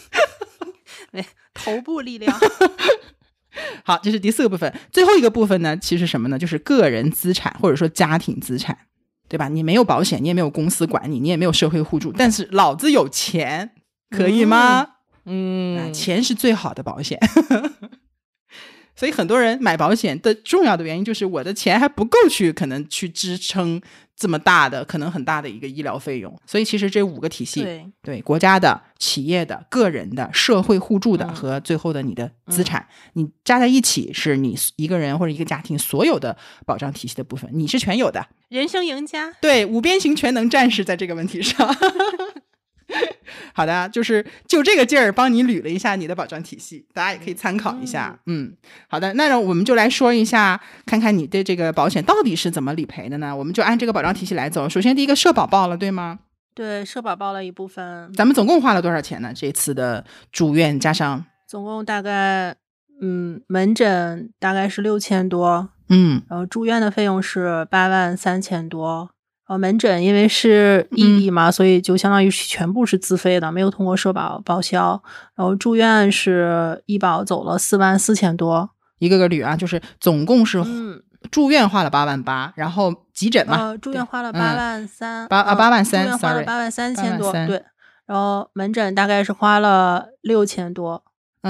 头部力量。 好，这是第4个部分。最后一个部分呢，其实什么呢？就是个人资产或者说家庭资产。对吧？你没有保险，你也没有公司管你，你也没有社会互助，但是老子有钱，可以吗？钱是最好的保险。所以很多人买保险的重要的原因就是我的钱还不够可能去支撑这么大的可能很大的一个医疗费用。所以其实这5个体系，对国家的、企业的、个人的、社会互助的和最后的你的资产，你加在一起是你一个人或者一个家庭所有的保障体系的部分，你是全有的， 人生赢家。对 ，5边形全能战士在这个问题上。好的，就这个劲儿帮你捋了一下你的保障体系，大家也可以参考一下。好的，那我们就来说一下，看看你的这个保险到底是怎么理赔的呢？我们就按这个保障体系来走。首先第一个社保报了，对吗？ 对，社保报了一部分。 咱们总共花了多少钱呢？这次的住院加上总共大概门诊大概是6000多，然后住院的费用是83000多。门诊因为是异地嘛，所以就相当于全部是自费的，没有通过社保报销。然后住院是医保走了44000多， 一个个捋啊，就是总共是住院花了88000，然后急诊嘛， 住院花了83000，83000， 住院花了83000多，对。然后门诊大概是花了6000多。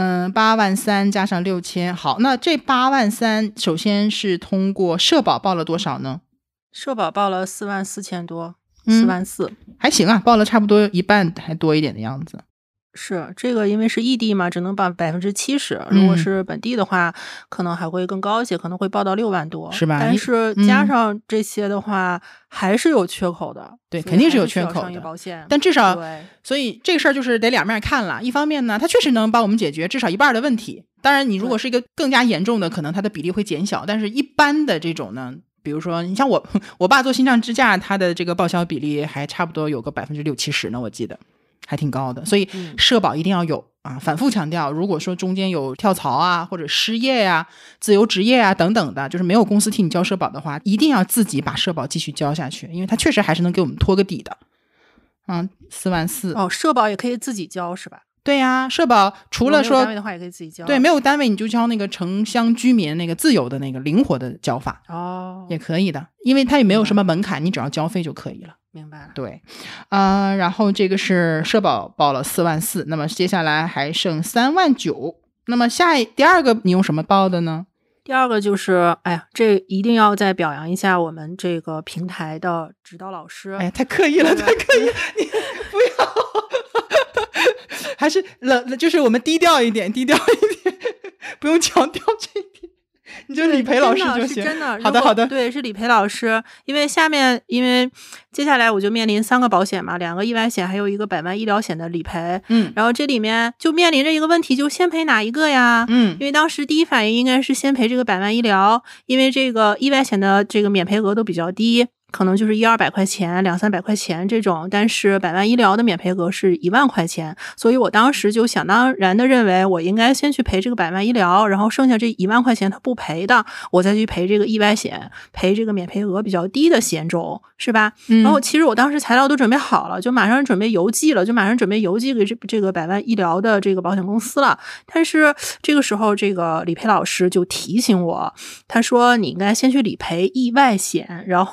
83000加上6000，好，那这83000首先是通过社保报了多少呢？ 社保报了44000多，44000， 还行啊，报了差不多一半还多一点的样子。 是这个，因为是异地嘛，只能报70%，如果是本地的话，可能还会更高一些，可能会报到6万多， 是吧？ 但是加上这些的话，还是有缺口的。 对，肯定是有缺口的。 保险， 但至少，所以这个事儿就是得两面看了。一方面呢，它确实能帮我们解决至少一半的问题。当然，你如果是一个更加严重的，可能它的比例会减小。但是一般的这种呢，比如说你像我爸做心脏支架，他的这个报销比例还差不多有个60-70%呢，我记得还挺高的。所以社保一定要有啊，反复强调，如果说中间有跳槽啊，或者失业啊、自由职业啊等等的，就是没有公司替你交社保的话，一定要自己把社保继续交下去，因为它确实还是能给我们托个底的。44000 哦，社保也可以自己交是吧？ 对呀，社保除了说没有单位的话也可以自己交。 对，没有单位你就交那个城乡居民那个自由的那个灵活的交法也可以的，因为它也没有什么门槛，你只要交费就可以了。 明白了。 对，然后这个是社保报了44000，那么接下来还剩39000，那么第二个你用什么报的呢？ 第二个就是，哎呀，这一定要再表扬一下我们这个平台的指导老师。 哎，太刻意了，太刻意了，你不要。还是就是我们低调一点，不用强调这一点，你就理赔老师就行。 真的， 好的好的， 对，是理赔老师。因为接下来我就面临3个保险嘛，2个意外险，还有一个100万医疗险的理赔。然后这里面就面临着一个问题，就先赔哪一个呀？因为当时第一反应应该是先赔这个100万医疗，因为这个意外险的这个免赔额都比较低。可能就是100-200块钱，200-300块钱这种，但是100万医疗的免赔额是1万块钱，所以我当时就想当然的认为我应该先去赔这个100万医疗，然后剩下这1万块钱他不赔的，我再去赔这个意外险，赔这个免赔额比较低的险种，是吧？然后其实我当时材料都准备好了，就马上准备邮寄了，就马上准备邮寄给这个100万医疗的这个保险公司了。但是这个时候这个理赔老师就提醒我，他说你应该先去理赔意外险，然后再理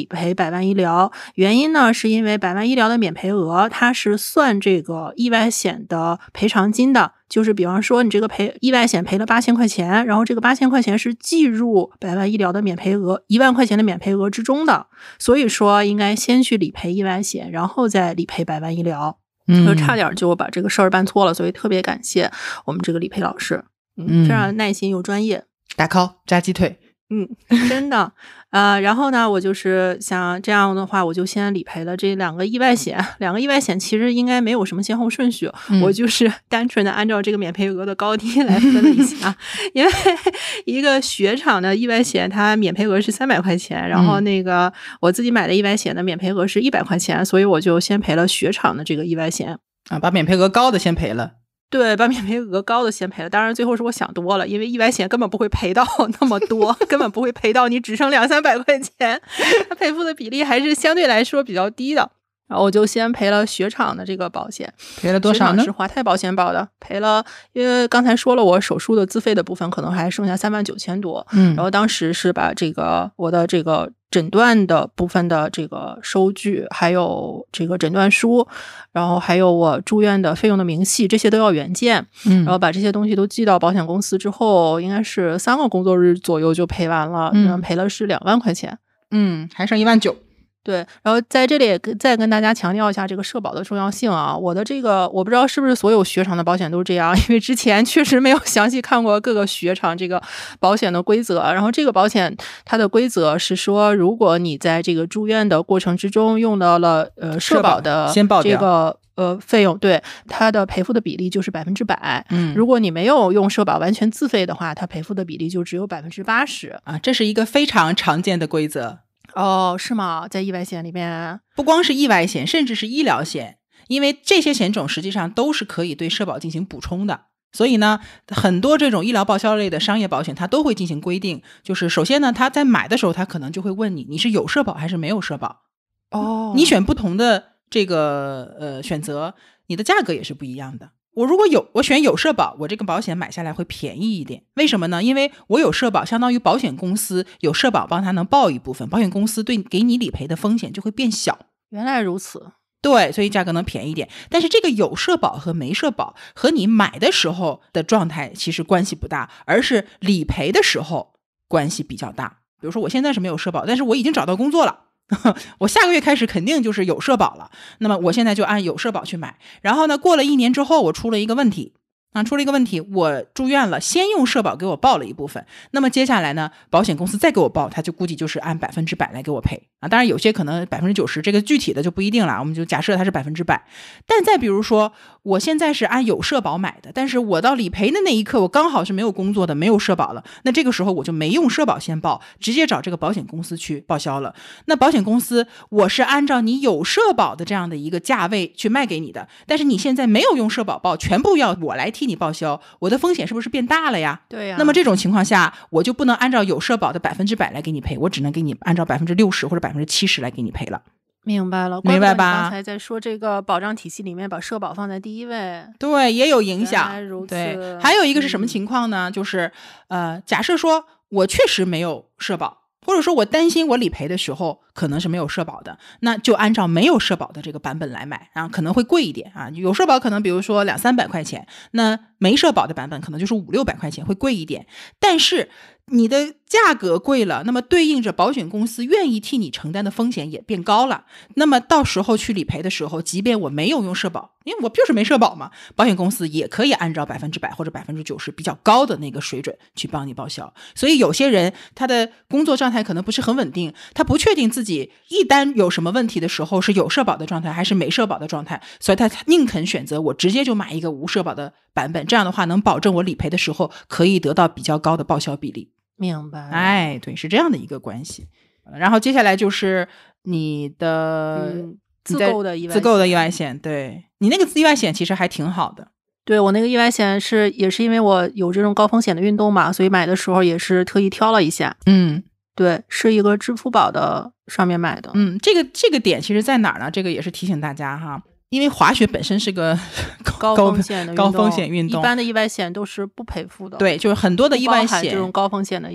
赔100万医疗。原因呢，是因为100万医疗的免赔额，它是算这个意外险的赔偿金的。就是比方说你这个意外险赔了8000块钱，然后这个8000块钱是计入100万医疗的免赔额1万块钱的免赔额之中的，所以说应该先去理赔意外险，然后再理赔100万医疗。就差点就把这个事儿办错了，所以特别感谢我们这个理赔老师，非常耐心又专业。 打 call 炸鸡腿。 真的。然后呢，我就是想这样的话，我就先理赔了这2个意外险。2个意外险其实应该没有什么先后顺序，我就是单纯的按照这个免赔额的高低来分了一下。因为一个雪场的意外险，它免赔额是300块钱，然后那个我自己买的意外险的免赔额是100块钱，所以我就先赔了雪场的这个意外险啊，把免赔额高的先赔了。 对，把免赔额高的先赔了。当然最后是我想多了，因为意外险根本不会赔到那么多，根本不会赔到你只剩200-300块钱，它赔付的比例还是相对来说比较低的。然后我就先赔了雪场的这个保险。 赔了多少呢？ 是华泰保险保的，赔了，因为刚才说了我手术的自费的部分可能还剩下39000多，然后当时是把这个我的这个诊断的部分的这个收据，还有这个诊断书，然后还有我住院的费用的明细，这些都要原件，然后把这些东西都寄到保险公司之后，应该是3个工作日左右就赔完了，赔了是2万块钱， 还剩19000。 对，然后在这里也再跟大家强调一下这个社保的重要性啊。我的这个我不知道是不是所有雪场的保险都是这样，因为之前确实没有详细看过各个雪场这个保险的规则。然后这个保险它的规则是说，如果你在这个住院的过程之中用到了社保的这个费用，对，它的赔付的比例就是100%。如果你没有用社保完全自费的话，它赔付的比例就只有80% 啊。这是一个非常常见的规则。 哦，是吗？在意外险里面， 不光是意外险，甚至是医疗险，因为这些险种实际上都是可以对社保进行补充的。所以呢，很多这种医疗报销类的商业保险它都会进行规定，就是首先呢，他在买的时候他可能就会问你，你是有社保还是没有社保。你选不同的这个选择，你的价格也是不一样的。我选有社保，我这个保险买下来会便宜一点。为什么呢？因为我有社保，相当于保险公司有社保帮他能报一部分，保险公司给你理赔的风险就会变小。 原来如此。 对，所以价格能便宜一点。但是这个有社保和没社保和你买的时候的状态其实关系不大，而是理赔的时候关系比较大。比如说我现在是没有社保，但是我已经找到工作了，我下个月开始肯定就是有社保了，那么我现在就按有社保去买。然后呢，过了1年之后我出了一个问题，我住院了，先用社保给我报了一部分，那么接下来呢，保险公司再给我报，他就估计就是按100%来给我赔啊。当然有些可能90%，这个具体的就不一定了，我们就假设它是100%。但再比如说我现在是按有社保买的，但是我到理赔的那一刻我刚好是没有工作的，没有社保了，那这个时候我就没用社保先报，直接找这个保险公司去报销了。那保险公司我是按照你有社保的这样的一个价位去卖给你的，但是你现在没有用社保报，全部要我来替你报销，我的风险是不是变大了呀？ 对呀。 那么这种情况下，我就不能按照有社保的100%来给你赔，我只能给你按照60%或者70%来给你赔了。 明白了， 明白吧？ 刚才在说这个保障体系里面把社保放在第一位， 对，也有影响。 原来如此。 对，还有一个是什么情况呢？就是假设说我确实没有社保，或者说我担心我理赔的时候可能是没有社保的，那就按照没有社保的这个版本来买啊，可能会贵一点啊。有社保可能比如说200-300块钱，那没社保的版本可能就是500-600块钱，会贵一点。但是你的价格贵了，那么对应着保险公司愿意替你承担的风险也变高了。那么到时候去理赔的时候，即便我没有用社保，因为我就是没社保嘛，保险公司也可以按照100%或者90%比较高的那个水准去帮你报销。所以有些人他的工作状态可能不是很稳定，他不确定自己一旦有什么问题的时候是有社保的状态还是没社保的状态，所以他宁肯选择我直接就买一个无社保的版本，这样的话能保证我理赔的时候可以得到比较高的报销比例。 明白。 哎，对，是这样的一个关系。然后接下来就是你的自购的意外险，对，你那个意外险其实还挺好的。 对，我那个意外险也是因为我有这种高风险的运动嘛，所以买的时候也是特意挑了一下。对，是一个支付宝的上面买的。 这个点其实在哪儿呢？这个也是提醒大家哈。因为滑雪本身是个高风险运动， 一般的意外险都是不赔付的。 对，就是很多的意外险， 这种高风险的意外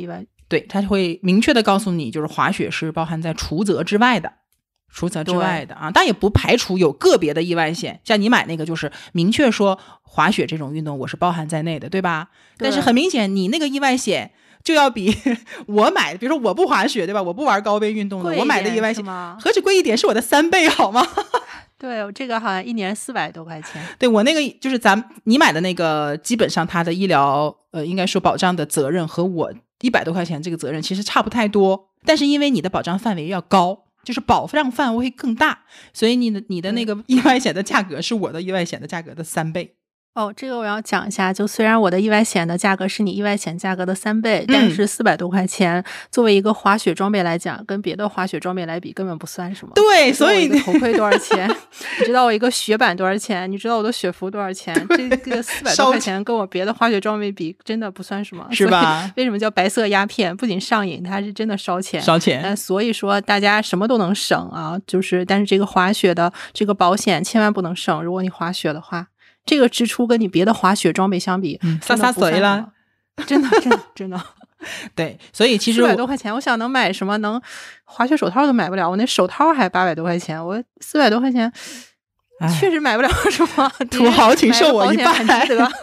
对，它会明确的告诉你，就是滑雪是包含在除责之外的。除责之外的啊，但也不排除有个别的意外险，像你买那个就是明确说滑雪这种运动我是包含在内的，对吧？但是很明显你那个意外险就要比我买的，比如说我不滑雪，对吧？我不玩高危运动的，我买的意外险何止贵一点，是我的3倍好吗？ 对，这个好像1年400多块钱。 对，我那个就是你买的那个，基本上它的医疗应该说保障的责任和我100多块钱这个责任其实差不太多，但是因为你的保障范围要高，就是保障范围会更大，所以你的那个意外险的价格是我的意外险的价格的3倍。 哦，这个我要讲一下，就虽然我的意外险的价格是你意外险价格的3倍，但是400多块钱作为一个滑雪装备来讲，跟别的滑雪装备来比根本不算什么。 对，所以你知道我一个头盔多少钱？你知道我一个雪板多少钱？你知道我的雪服多少钱？这个400多块钱跟我别的滑雪装备比真的不算什么， 是吧？ 为什么叫白色鸦片？不仅上瘾，它是真的烧钱。 烧钱。 所以说大家什么都能省啊，但是这个滑雪的这个保险千万不能省，如果你滑雪的话。这个支出跟你别的滑雪装备相比， 洒水了， 真的。 对，所以其实 400多块钱，我想能买什么？能滑雪手套都买不了，我那手套还800多块钱，我400多块钱确实买不了什么。 土豪请受我一拜， 很值得。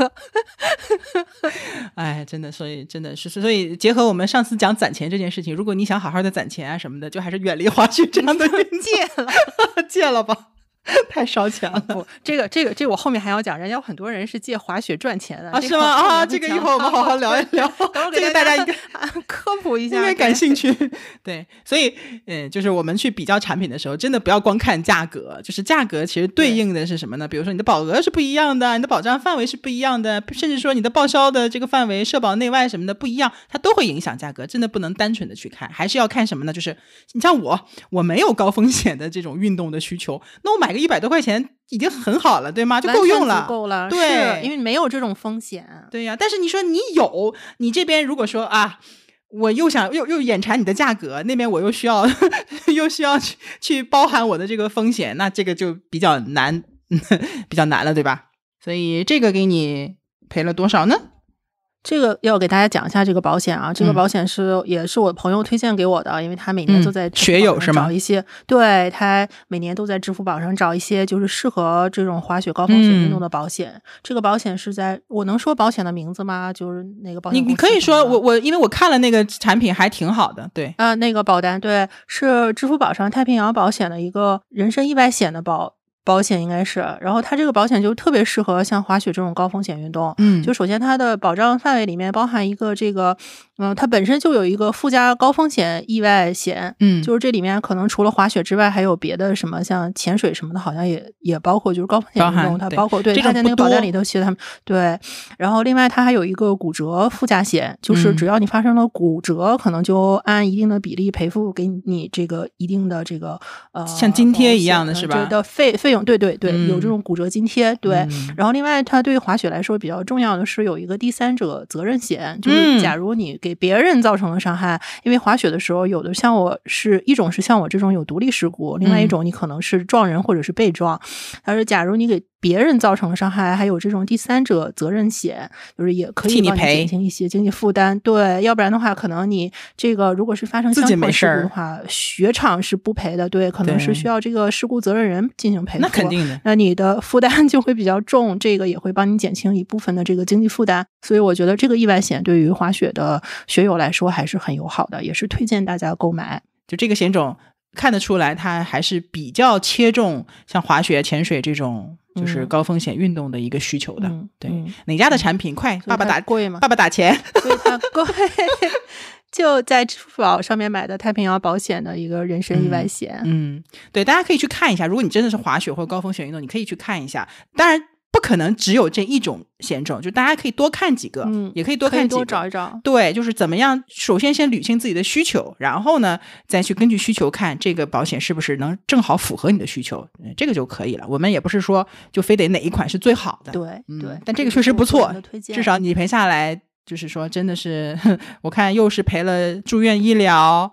哎，真的，所以结合我们上次讲攒钱这件事情，如果你想好好的攒钱啊什么的，就还是远离滑雪这样的戒了吧。太烧钱了。 不，这个我后面还要讲，人家有很多人是借滑雪赚钱的啊，是吗？啊，这个一会儿我们好好聊一聊，这个大家应该科普一下， 应该感兴趣。对，所以就是我们去比较产品的时候，真的不要光看价格，就是价格其实对应的是什么呢？比如说你的保额是不一样的，你的保障范围是不一样的，甚至说你的报销的这个范围、社保内外什么的不一样，它都会影响价格。真的不能单纯的去看，还是要看什么呢？就是你像我没有高风险的这种运动的需求，那我买个100多块钱已经很好了，对吗？就够用了， 够了。 对， 因为没有这种风险。 对呀，但是你说你有，你这边如果说啊，我又想又眼馋你的价格，那边我又需要去包含我的这个风险，那这个就比较难了，对吧？所以这个给你赔了多少呢？ 这个要给大家讲一下这个保险啊，这个保险也是我朋友推荐给我的，因为他每年都在学友是吗？ 找一些，对，他每年都在支付宝上找一些就是适合这种滑雪高风险运动的保险。这个保险是我能说保险的名字吗？就是那个保险公司， 你可以说，因为我看了那个产品还挺好的，对那个保单对是支付宝上太平洋保险的一个人身意外险的保险应该是，然后它这个保险就特别适合像滑雪这种高风险运动。就首先它的保障范围里面包含一个这个，它本身就有一个附加高风险意外险。就是这里面可能除了滑雪之外，还有别的什么像潜水什么的，好像也包括就是高风险运动，它包括对它在那个保单里头写他们对。然后另外它还有一个骨折附加险，就是只要你发生了骨折，可能就按一定的比例赔付给你这个一定的这个像津贴一样的是吧？ 的费用，对，有这种骨折津贴，对。然后另外它对于滑雪来说比较重要的是有一个第三者责任险，就是假如你给别人造成了伤害，因为滑雪的时候有的像一种是像我这种有独立事故，另外一种你可能是撞人或者是被撞。他说假如你给别人造成了伤害，还有这种第三者责任险，就是也可以帮你减轻一些经济负担。对，要不然的话可能你这个如果是发生相同事故的话，雪场是不赔的，对，可能是需要这个事故责任人进行赔付。 那肯定的， 那你的负担就会比较重，这个也会帮你减轻一部分的这个经济负担。所以我觉得这个意外险对于滑雪的雪友来说还是很友好的，也是推荐大家购买。 就这个险种看得出来它还是比较切中像滑雪潜水这种就是高风险运动的一个需求的。对，哪家的产品快爸爸打钱， 所以它贵就在支付宝上面买的太平洋保险的一个人身意外险。 对，大家可以去看一下，如果你真的是滑雪或高风险运动，你可以去看一下。当然不可能只有这一种险种，就大家可以多看几个，也可以多看几个， 多找一找。 对，就是怎么样，首先捋清自己的需求，然后呢再去根据需求看这个保险是不是能正好符合你的需求，这个就可以了。我们也不是说就非得哪一款是最好的， 对， 但这个确实不错，至少你赔下来就是说真的是我看又是赔了住院医疗，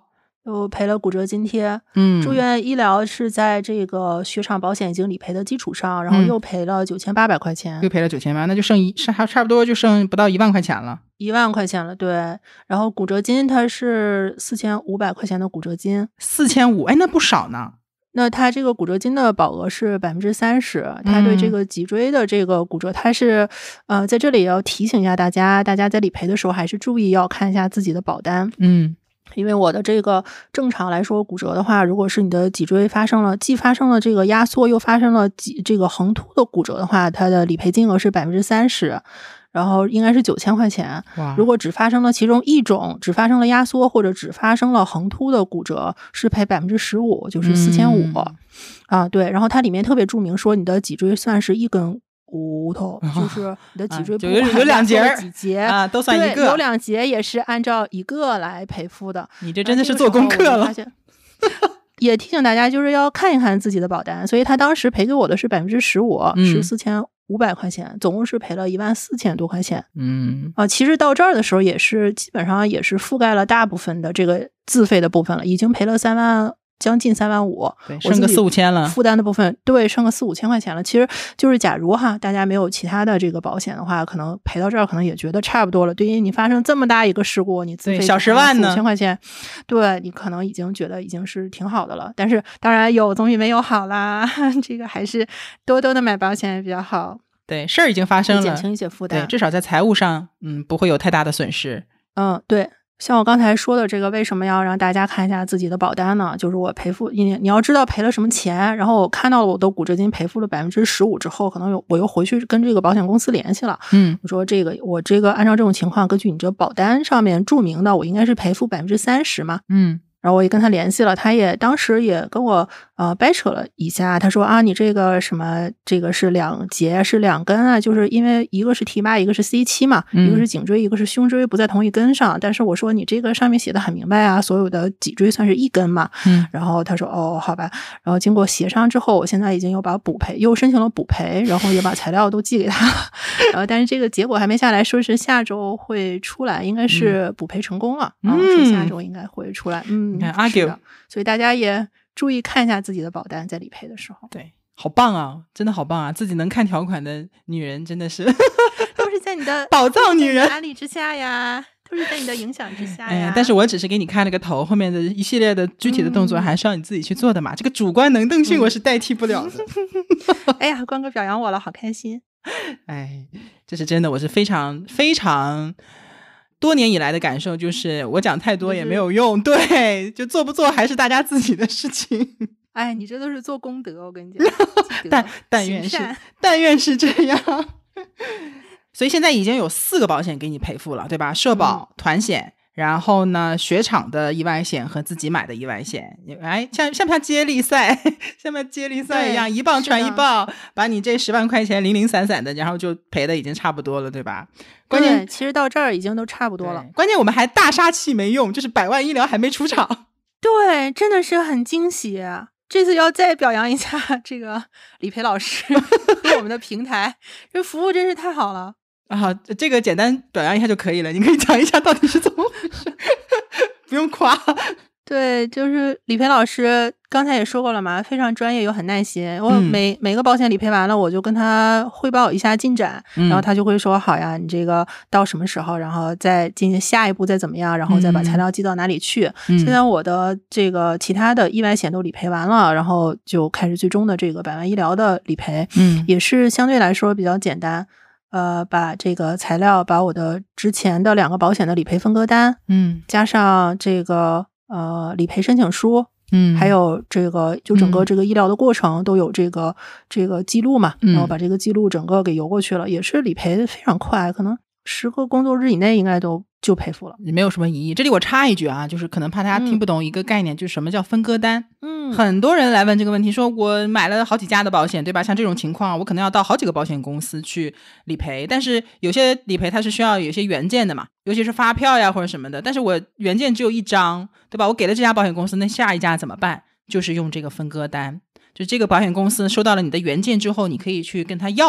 又赔了骨折津贴。住嗯， 院医疗是在这个雪场保险已经理赔的基础上，然后又赔了9800块钱， 又赔了9000万，那就差不多就剩不到1万块钱了。 1万块钱了，对。然后骨折金它是4500块钱的骨折金 4500，哎，那不少呢。 那它这个骨折金的保额是30%，它对这个脊椎的这个骨折，它是在这里也要提醒一下大家在理赔的时候还是注意要看一下自己的保单。因为我的这个正常来说骨折的话，如果是你的脊椎既发生了这个压缩，又发生了这个横突的骨折的话，它的理赔金额是30%。然后应该是9000块钱。如果只发生了其中一种，只发生了压缩或者只发生了横突的骨折，是赔15%，就是4500。对。然后它里面特别注明说，你的脊椎算是一根骨头，就是你的脊椎不管有2节几节都算一个， 有2节也是按照一个来赔付的。 你这真的是做功课了。 也提醒大家就是要看一看自己的保单，所以他当时赔给我的是15%，是4500块钱，总共是赔了14000多块钱。其实到这儿的时候也是基本上也是覆盖了大部分的这个自费的部分了，已经赔了将近3万5， 剩个4、5千了。 负担的部分对，剩个4、5千块钱了。其实就是假如大家没有其他的这个保险的话，可能赔到这儿可能也觉得差不多了。对于你发生这么大一个事故，你自费小10万呢， 5千块钱，对，你可能已经觉得已经是挺好的了。但是当然有总比没有好啦，这个还是多多的买保险比较好。 对，事儿已经发生了， 减轻一些负担， 对，至少在财务上不会有太大的损失。 对。像我刚才说的这个，为什么要让大家看一下自己的保单呢？就是我赔付，你要知道赔了什么钱，然后我看到了我的骨折金赔付了15%之后，可能我又回去跟这个保险公司联系了。我说我这个按照这种情况，根据你这保单上面注明的，我应该是赔付30%嘛。然后我也跟他联系了，他也当时也跟我掰扯了一下，他说你这个什么这个是2节是2根啊，就是因为一个是 T8 一个是 C7 嘛，一个是颈椎一个是胸椎不在同一根上，但是我说你这个上面写的很明白啊，所有的脊椎算是一根嘛。然后他说好吧，然后经过协商之后，我现在已经又申请了补赔，然后也把材料都寄给他了。然后但是这个结果还没下来，说是下周会出来，应该是补赔成功了。说下周应该会出来。 你看argue， 所以大家也注意看一下自己的保单，在理赔的时候。 对，好棒啊，真的好棒啊！自己能看条款的女人真的是都是在你的宝藏女人压力之下呀，都是在你的影响之下呀。 但是我只是给你开了个头，后面的一系列的具体的动作还是要你自己去做的嘛。这个主观能动性我是代替不了的。 哎呀，关哥表扬我了，好开心。 这是真的，我是非常非常多年以来的感受，就是我讲太多也没有用，对，就做不做还是大家自己的事情。 你这都是做功德，我跟你讲。 但愿是这样。所以现在已经有4个保险给你赔付了，对吧？社保、团险，然后呢，雪场的意外险和自己买的意外险。像不像接力赛？像不像接力赛一样，一棒传一棒，把你这10万块钱零零散散的，然后就赔的已经差不多了，对吧？关键其实到这儿已经都差不多了。 关键我们还大杀器没用，就是百万医疗还没出场。 对，真的是很惊喜。这次要再表扬一下这个理赔老师和我们的平台，这服务真是太好了。 这个简单表扬一下就可以了，你可以讲一下到底是怎么回事。不用夸。 对，就是理赔老师刚才也说过了嘛，非常专业又很耐心。我每个保险理赔完了，我就跟他汇报一下进展，然后他就会说好呀，你这个到什么时候，然后再进行下一步再怎么样，然后再把材料寄到哪里去。现在我的这个其他的意外险都理赔完了，然后就开始最终的这个百万医疗的理赔，也是相对来说比较简单。把这个材料，把我的之前的2个保险的理赔分割单，加上这个理赔申请书，还有这个就整个这个医疗的过程都有这个记录嘛，然后把这个记录整个给邮过去了，也是理赔非常快，可能10个工作日以内应该都就赔付了， 也没有什么疑义。这里我插一句啊，就是可能怕大家听不懂一个概念，就是什么叫分割单。很多人来问这个问题，说我买了好几家的保险，对吧？像这种情况，我可能要到好几个保险公司去理赔，但是有些理赔它是需要有些原件的嘛，尤其是发票呀或者什么的，但是我原件只有1张，对吧？我给了这家保险公司，那下一家怎么办？就是用这个分割单，就这个保险公司收到了你的原件之后，你可以去跟他要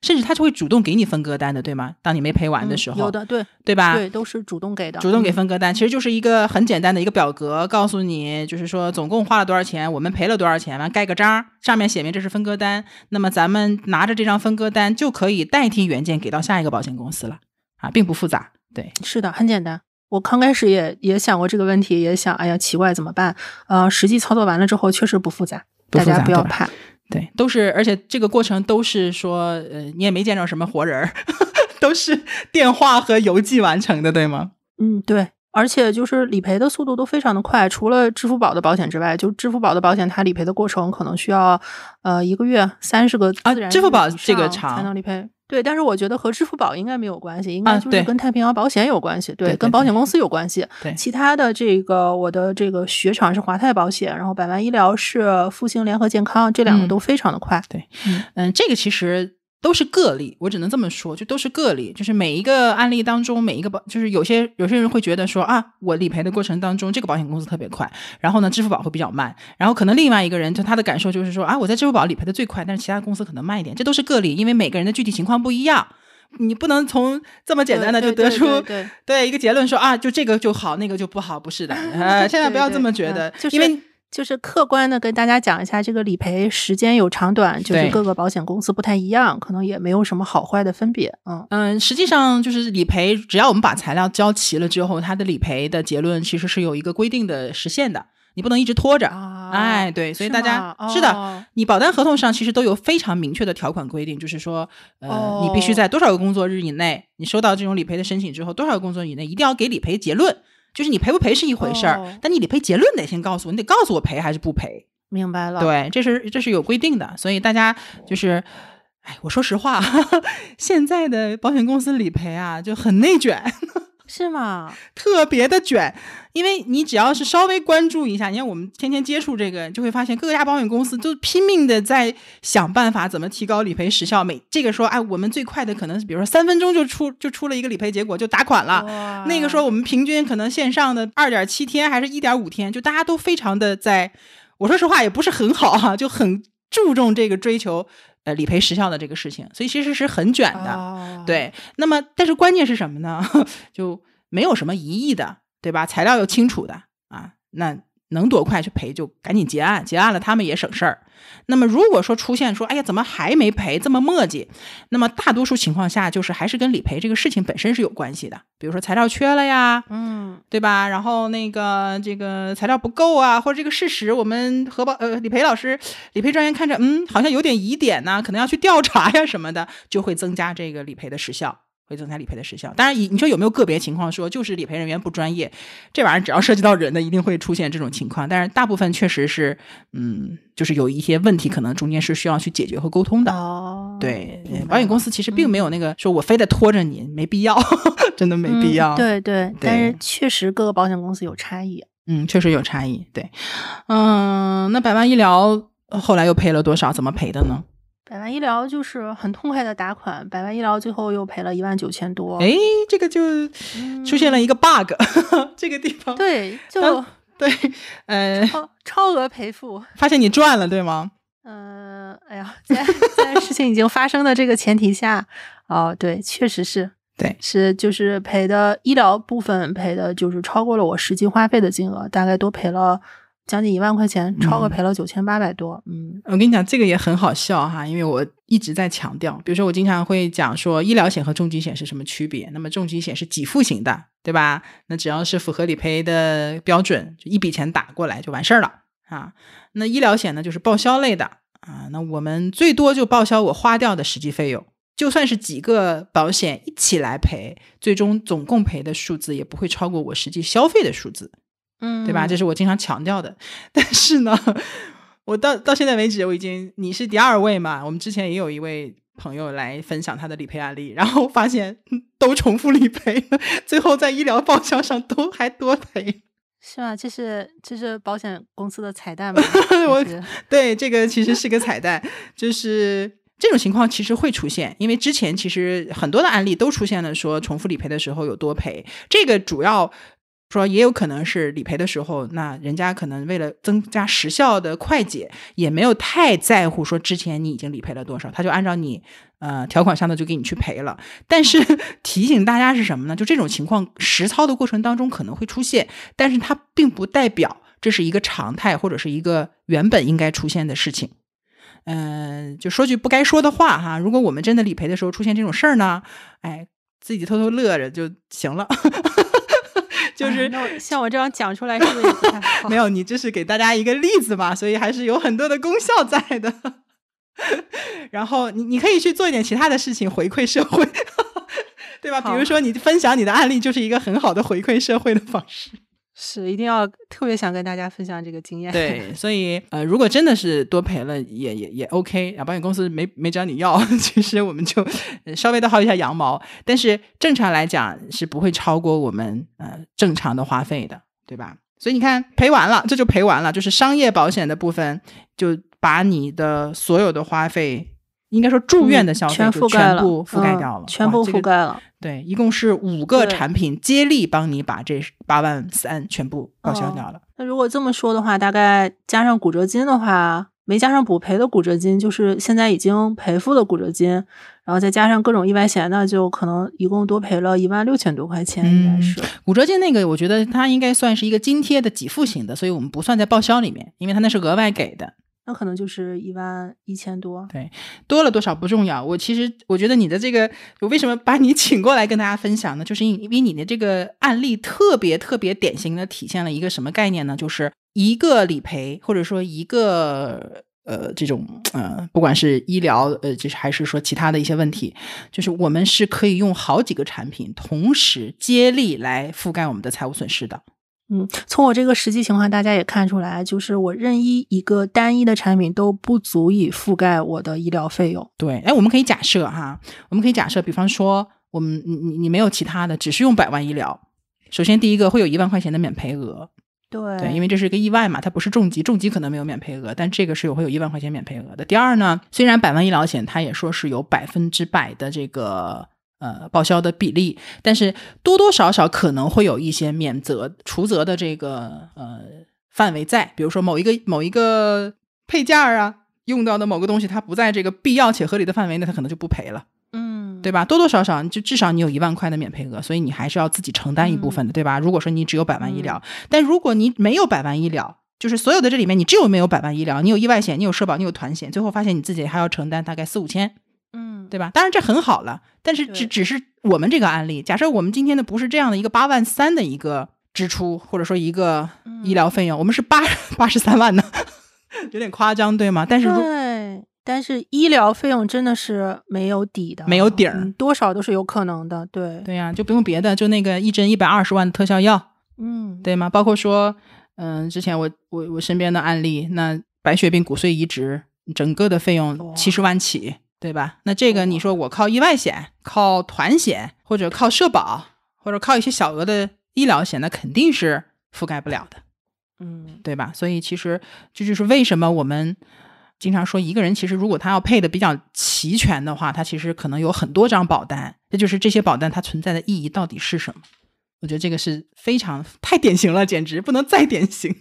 甚至他就会主动给你分割单的，对吗？当你没赔完的时候， 有的， 对吧？ 对，都是主动给的， 主动给分割单，其实就是一个很简单的一个表格，告诉你就是说总共花了多少钱，我们赔了多少钱，完盖个章，上面写明这是分割单，那么咱们拿着这张分割单就可以代替原件给到下一个保险公司了啊，并不复杂。对， 是的，很简单。我刚开始也想过这个问题，也想哎呀奇怪怎么办？实际操作完了之后确实不复杂，大家不要怕。 对，都是，而且这个过程都是说，你也没见着什么活人都是电话和邮寄完成的，对吗？ 对，而且就是理赔的速度都非常的快，除了支付宝的保险之外，就支付宝的保险它理赔的过程可能需要1个月30个自然支付宝这个长才能理赔。对，但是我觉得和支付宝应该没有关系，应该就是跟太平洋保险有关系，对，跟保险公司有关系。 对， 其他的这个我的这个雪场是华泰保险，然后百万医疗是复兴联合健康，这两个都非常的快。 对，这个其实都是个例，我只能这么说，就都是个例，就是每一个案例当中，每一个就是有些人会觉得说啊，我理赔的过程当中，这个保险公司特别快，然后呢，支付宝会比较慢，然后可能另外一个人就他的感受就是说啊，我在支付宝理赔的最快，但是其他公司可能慢一点，这都是个例，因为每个人的具体情况不一样，你不能从这么简单的就得出对一个结论说啊，就这个就好，那个就不好，不是的，千万不要这么觉得，因为。 就是客观的跟大家讲一下，这个理赔时间有长短，就是各个保险公司不太一样，可能也没有什么好坏的分别。 实际上就是理赔，只要我们把材料交齐了之后，它的理赔的结论其实是有一个规定的时限的，你不能一直拖着。哎，对，所以大家是的，你保单合同上其实都有非常明确的条款规定，就是说，你必须在多少个工作日以内，你收到这种理赔的申请之后，多少个工作日以内一定要给理赔结论。就是你赔不赔是一回事儿，但你理赔结论得先告诉我，你得告诉我赔还是不赔。 明白了。 对，这是有规定的，所以大家就是，哎，我说实话，现在的保险公司理赔啊就很内卷。 是吗？ 特别的卷，因为你只要是稍微关注一下，你看我们天天接触这个，就会发现各家保险公司都拼命的在想办法怎么提高理赔时效。这个说，哎，我们最快的可能是比如说3分钟就出了一个理赔结果就打款了，那个说我们平均可能线上的2.7天还是1.5天，就大家都非常的我说实话也不是很好啊，就很注重这个追求理赔时效的这个事情，所以其实是很卷的。对，那么但是关键是什么呢？就没有什么疑义的，对吧？材料又清楚的啊，那能多快去赔就赶紧结案，结案了他们也省事儿。那么如果说出现说哎呀怎么还没赔这么磨叽，那么大多数情况下就是还是跟理赔这个事情本身是有关系的，比如说材料缺了呀，对吧？然后这个材料不够啊，或者这个事实我们理赔老师理赔专员看着好像有点疑点呢，可能要去调查呀什么的，就会增加这个理赔的时效。会增加理赔的时效。当然你说有没有个别情况说就是理赔人员不专业，这玩意儿只要涉及到人的一定会出现这种情况，但是大部分确实是就是有一些问题可能中间是需要去解决和沟通的。对，保险公司其实并没有那个说我非得拖着你，没必要真的没必要。 对，但是确实各个保险公司有差异。 确实有差异。对，那百万医疗后来又赔了多少？怎么赔的呢？ 百万医疗就是很痛快的打款，百万医疗最后又赔了19000多。 哎，这个就出现了一个 bug，这个地方对，超额赔付， 发现你赚了，对吗？ 哎呀，在事情已经发生的这个前提下，对，确实是， 对， 就是赔的医疗部分赔的就是超过了我实际花费的金额，大概多赔了将近1万块钱，超额赔了9800多。 我跟你讲，这个也很好笑哈，因为我一直在强调，比如说我经常会讲说医疗险和重疾险是什么区别，那么重疾险是给付型的，对吧？那只要是符合理赔的标准，就一笔钱打过来就完事儿了啊。那医疗险呢就是报销类的啊，那我们最多就报销我花掉的实际费用，就算是几个保险一起来赔，最终总共赔的数字也不会超过我实际消费的数字。对吧？这是我经常强调的。但是呢，我到现在为止，你是第2位嘛？我们之前也有一位朋友来分享他的理赔案例，然后发现都重复理赔，最后在医疗报销上都还多赔。 是吗？这是保险公司的彩蛋吗？ 对，这个其实是个彩蛋，就是这种情况其实会出现，因为之前其实很多的案例都出现了说重复理赔的时候有多赔，这个主要说也有可能是理赔的时候，那人家可能为了增加时效的快捷，也没有太在乎说之前你已经理赔了多少，他就按照你条款上的就给你去赔了。但是提醒大家是什么呢？就这种情况实操的过程当中可能会出现，但是它并不代表这是一个常态或者是一个原本应该出现的事情。就说句不该说的话哈，如果我们真的理赔的时候出现这种事儿呢，哎，自己偷偷乐着就行了。就是像我这样讲出来是不是也不太好？ 没有，你这是给大家一个例子嘛，所以还是有很多的功效在的。然后你可以去做一点其他的事情回馈社会，对吧？比如说你分享你的案例就是一个很好的回馈社会的方式。 是，一定要特别想跟大家分享这个经验。 对，所以如果真的是多赔了也 OK， 保险公司没找你要，其实我们就稍微的薅一下羊毛，但是正常来讲是不会超过我们正常的花费的，对吧？所以你看赔完了，这就赔完了，就是商业保险的部分就把你的所有的花费，应该说住院的消费就全部覆盖掉了， 全部覆盖了。 对，一共是5个产品接力帮你把这8.3万全部报销掉了。 那如果这么说的话，大概加上骨折金的话，没加上补赔的骨折金，就是现在已经赔付的骨折金，然后再加上各种意外险，那就可能一共多赔了16000多块钱，应该是。 骨折金那个，我觉得它应该算是一个津贴的给付型的，所以我们不算在报销里面，因为它那是额外给的。 那可能就是11000多。 对，多了多少不重要。我觉得你的这个，我为什么把你请过来跟大家分享呢？就是因为你的这个案例特别特别典型的体现了一个什么概念呢？就是一个理赔或者说一个这种不管是医疗就是还是说其他的一些问题，就是我们是可以用好几个产品同时接力来覆盖我们的财务损失的。 从我这个实际情况大家也看出来，就是我任意一个单一的产品都不足以覆盖我的医疗费用。 对，我们可以假设哈，比方说你没有其他的，只是用100万医疗，首先第一个会有1万块钱的免赔额。对，因为这是一个意外嘛，它不是重疾可能没有免赔额，但这个是会有1万块钱免赔额的。第二呢，虽然100万医疗险它也说是有100%的这个报销的比例，但是多多少少可能会有一些除责的这个范围在，比如说某一个配件啊用到的某个东西它不在这个必要且合理的范围内，它可能就不赔了。对吧？多多少少就至少你有1万块的免赔额，所以你还是要自己承担一部分的，对吧？如果说你只有100万医疗，但如果你没有100万医疗，就是所有的这里面你没有100万医疗，你有意外险，你有社保，你有团险，最后发现你自己还要承担大概4-5千，对吧？当然这很好了，但是只是我们这个案例，假设我们今天的不是这样的一个8.3万的一个支出，或者说一个医疗费用，我们是83万呢，有点夸张，对吗？ 但是医疗费用真的是没有底的， 没有底儿， 多少都是有可能的。对呀，就不用别的，就那个一针120万的特效药，对吗？包括说之前我身边的案例，那白血病骨髓移植整个的费用70万起，对吧？那这个你说我靠意外险，靠团险，或者靠社保，或者靠一些小额的医疗险，那肯定是覆盖不了的，对吧？所以其实这就是为什么我们经常说一个人其实如果他要配的比较齐全的话，他其实可能有很多张保单，这就是这些保单它存在的意义到底是什么。我觉得这个是太典型了，简直不能再典型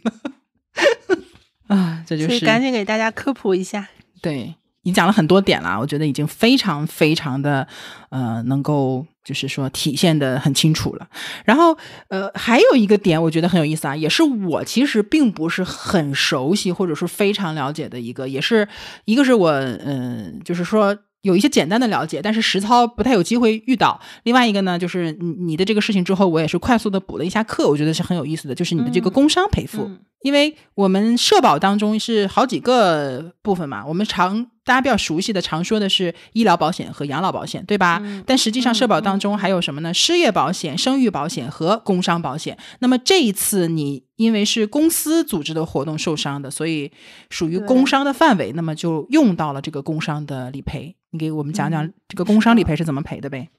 了这就是所以赶紧给大家科普一下。 对，你讲了很多点了，我觉得已经非常非常的能够就是说体现的很清楚了。然后还有一个点我觉得很有意思啊，也是我其实并不是很熟悉或者是非常了解的一个是我就是说有一些简单的了解，但是实操不太有机会遇到。另外一个呢，就是你的这个事情之后，我也是快速的补了一下课，我觉得是很有意思的，就是你的这个工伤赔付。因为我们社保当中是好几个部分嘛，我们大家比较熟悉的常说的是医疗保险和养老保险，对吧？但实际上社保当中还有什么呢？失业保险、生育保险和工伤保险。那么这一次你因为是公司组织的活动受伤的，所以属于工伤的范围，那么就用到了这个工伤的理赔。你给我们讲讲这个工伤理赔是怎么赔的呗？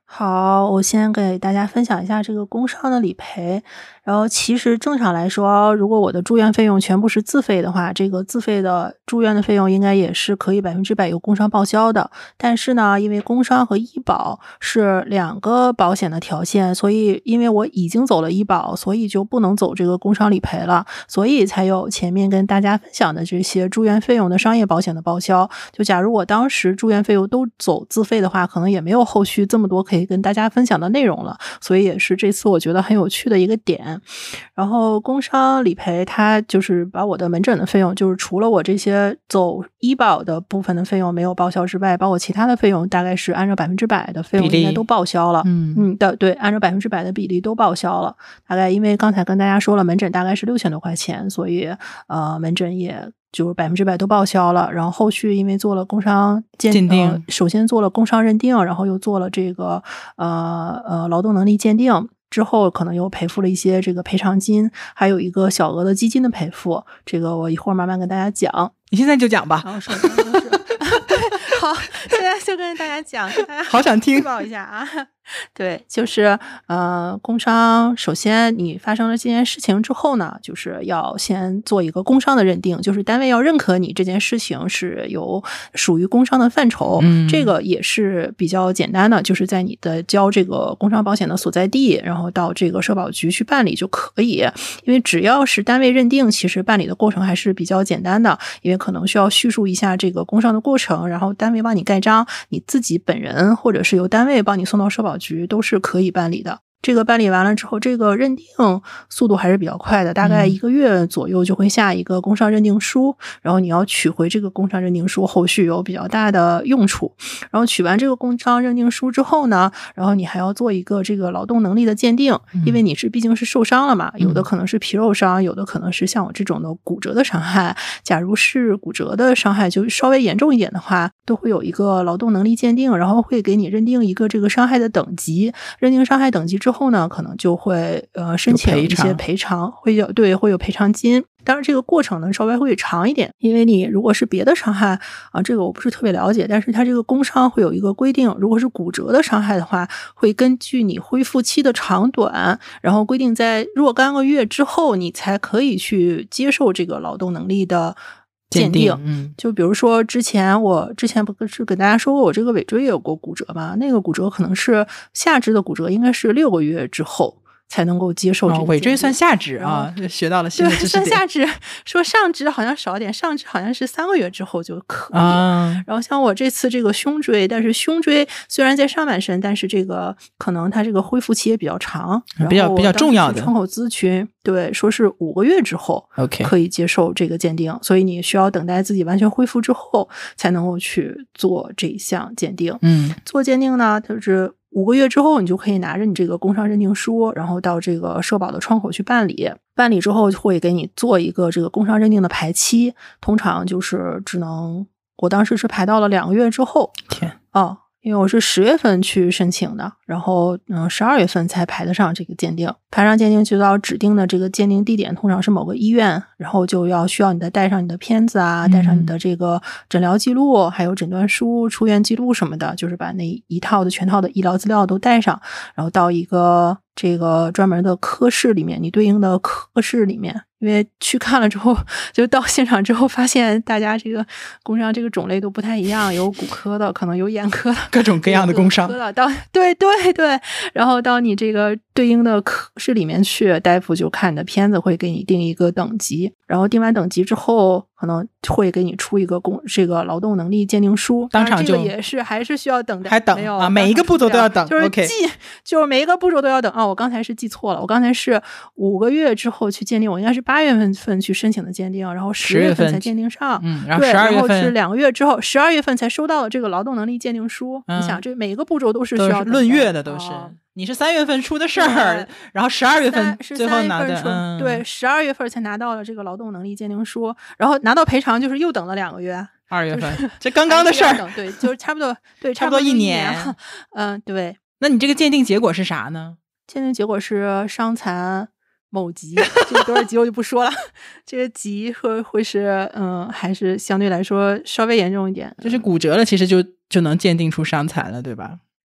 好，我先给大家分享一下这个工伤的理赔。然后其实正常来说，如果我的住院费用全部是自费的话，这个自费的住院的费用应该也是可以100%由工伤报销的。但是呢，因为工伤和医保是2个保险的条线，所以因为我已经走了医保，所以就不能走这个工伤理赔了，所以才有前面跟大家分享的这些住院费用的商业保险的报销。就假如我当时住院费用都走自费的话，可能也没有后续这么多可以跟大家分享的内容了，所以也是这次我觉得很有趣的一个点。然后工伤理赔它就是把我的门诊的费用，就是除了我这些走医保的部分的费用没有报销之外，包括其他的费用大概是按照100%的费用应该都报销了。对，按照100%的比例都报销了。大概因为刚才跟大家说了，门诊大概是6000多块钱，所以门诊也就是100%都报销了。然后后续因为做了工伤鉴定，首先做了工伤认定，然后又做了这个劳动能力鉴定。之后可能又赔付了一些这个赔偿金，还有一个小额的基金的赔付，这个我一会儿慢慢跟大家讲。 你现在就讲吧。 然后首先就是好，现在就跟大家讲，跟大家好想听汇报一下啊。对，就是工伤，首先你发生了这件事情之后呢，就是要先做一个工伤的认定，就是单位要认可你这件事情是属于工伤的范畴。这个也是比较简单的，就是在你的交这个工伤保险的所在地，然后到这个社保局去办理就可以。因为只要是单位认定，其实办理的过程还是比较简单的，因为可能需要叙述一下这个工伤的过程，然后单位帮你盖章，你自己本人或者是由单位帮你送到社保局都是可以办理的。这个办理完了之后，这个认定速度还是比较快的，大概1个月左右就会下一个工伤认定书，然后你要取回这个工伤认定书，后续有比较大的用处。然后取完这个工伤认定书之后呢，然后你还要做一个这个劳动能力的鉴定，因为你毕竟是受伤了嘛，有的可能是皮肉伤，有的可能是像我这种的骨折的伤害。假如是骨折的伤害就稍微严重一点的话，都会有一个劳动能力鉴定，然后会给你认定一个这个伤害的等级，认定伤害等级之后呢，可能就会申请一些赔偿，会有赔偿金。当然这个过程呢稍微会长一点，因为你如果是别的伤害这个我不是特别了解，但是它这个工伤会有一个规定，如果是骨折的伤害的话，会根据你恢复期的长短，然后规定在若干个月之后你才可以去接受这个劳动能力的鉴定。就比如说之前不是跟大家说过我这个尾椎也有过骨折吗？那个骨折可能是下肢的骨折，应该是6个月之后才能够接受这个尾椎算下肢啊，学到了新的知识点。 对，算下肢，说上肢好像少点，上肢好像是3个月之后就可以。然后像我这次这个胸椎，但是胸椎虽然在上半身，但是这个可能它这个恢复期也比较长， 比较重要的。 窗口咨询，对，说是5个月之后可以接受这个鉴定，所以你需要等待自己完全恢复之后才能够去做这项鉴定。做鉴定呢，它是5个月之后，你就可以拿着你这个工伤认定书，然后到这个社保的窗口去办理。办理之后会给你做一个这个工伤认定的排期，通常就是我当时是排到了2个月之后。因为我是10月份去申请的，然后12月份才排得上这个鉴定。排上鉴定就到指定的这个鉴定地点，通常是某个医院，然后就需要你带上你的片子啊，带上你的这个诊疗记录，还有诊断书、出院记录什么的，就是把那全套的医疗资料都带上，然后到一个这个专门的科室里面，你对应的科室里面。因为去看了之后，就到现场之后发现大家这个工伤这个种类都不太一样，有骨科的，可能有眼科的， 各种各样的工伤。 对，然后到你这个对应的科室里面去，大夫就看你的片子，会给你定一个等级，然后定完等级之后，可能会给你出一个这个劳动能力鉴定书， 当场就也是还是需要等的， 还等每一个步骤都要等， 就是每一个步骤都要等我刚才是记错了，我刚才是5个月之后去鉴定，我应该是8月份去申请的鉴定，然后10月份才鉴定上， 然后12月份， 然后是2个月之后12月份才收到了这个劳动能力鉴定书。你想这每一个步骤都是需要论月的，都是你是3月份出的事儿，然后12月份最后拿的， 对，12月份才拿到了这个劳动能力鉴定书，然后拿到赔偿就是又等了2个月 ，2月份这刚刚的事儿， 对，就是差不多 1年， 对。 那你这个鉴定结果是啥呢？ 鉴定结果是伤残某级，这个多少级我就不说了，这个级会是还是相对来说稍微严重一点， 就是骨折了，其实就能鉴定出伤残了，对吧？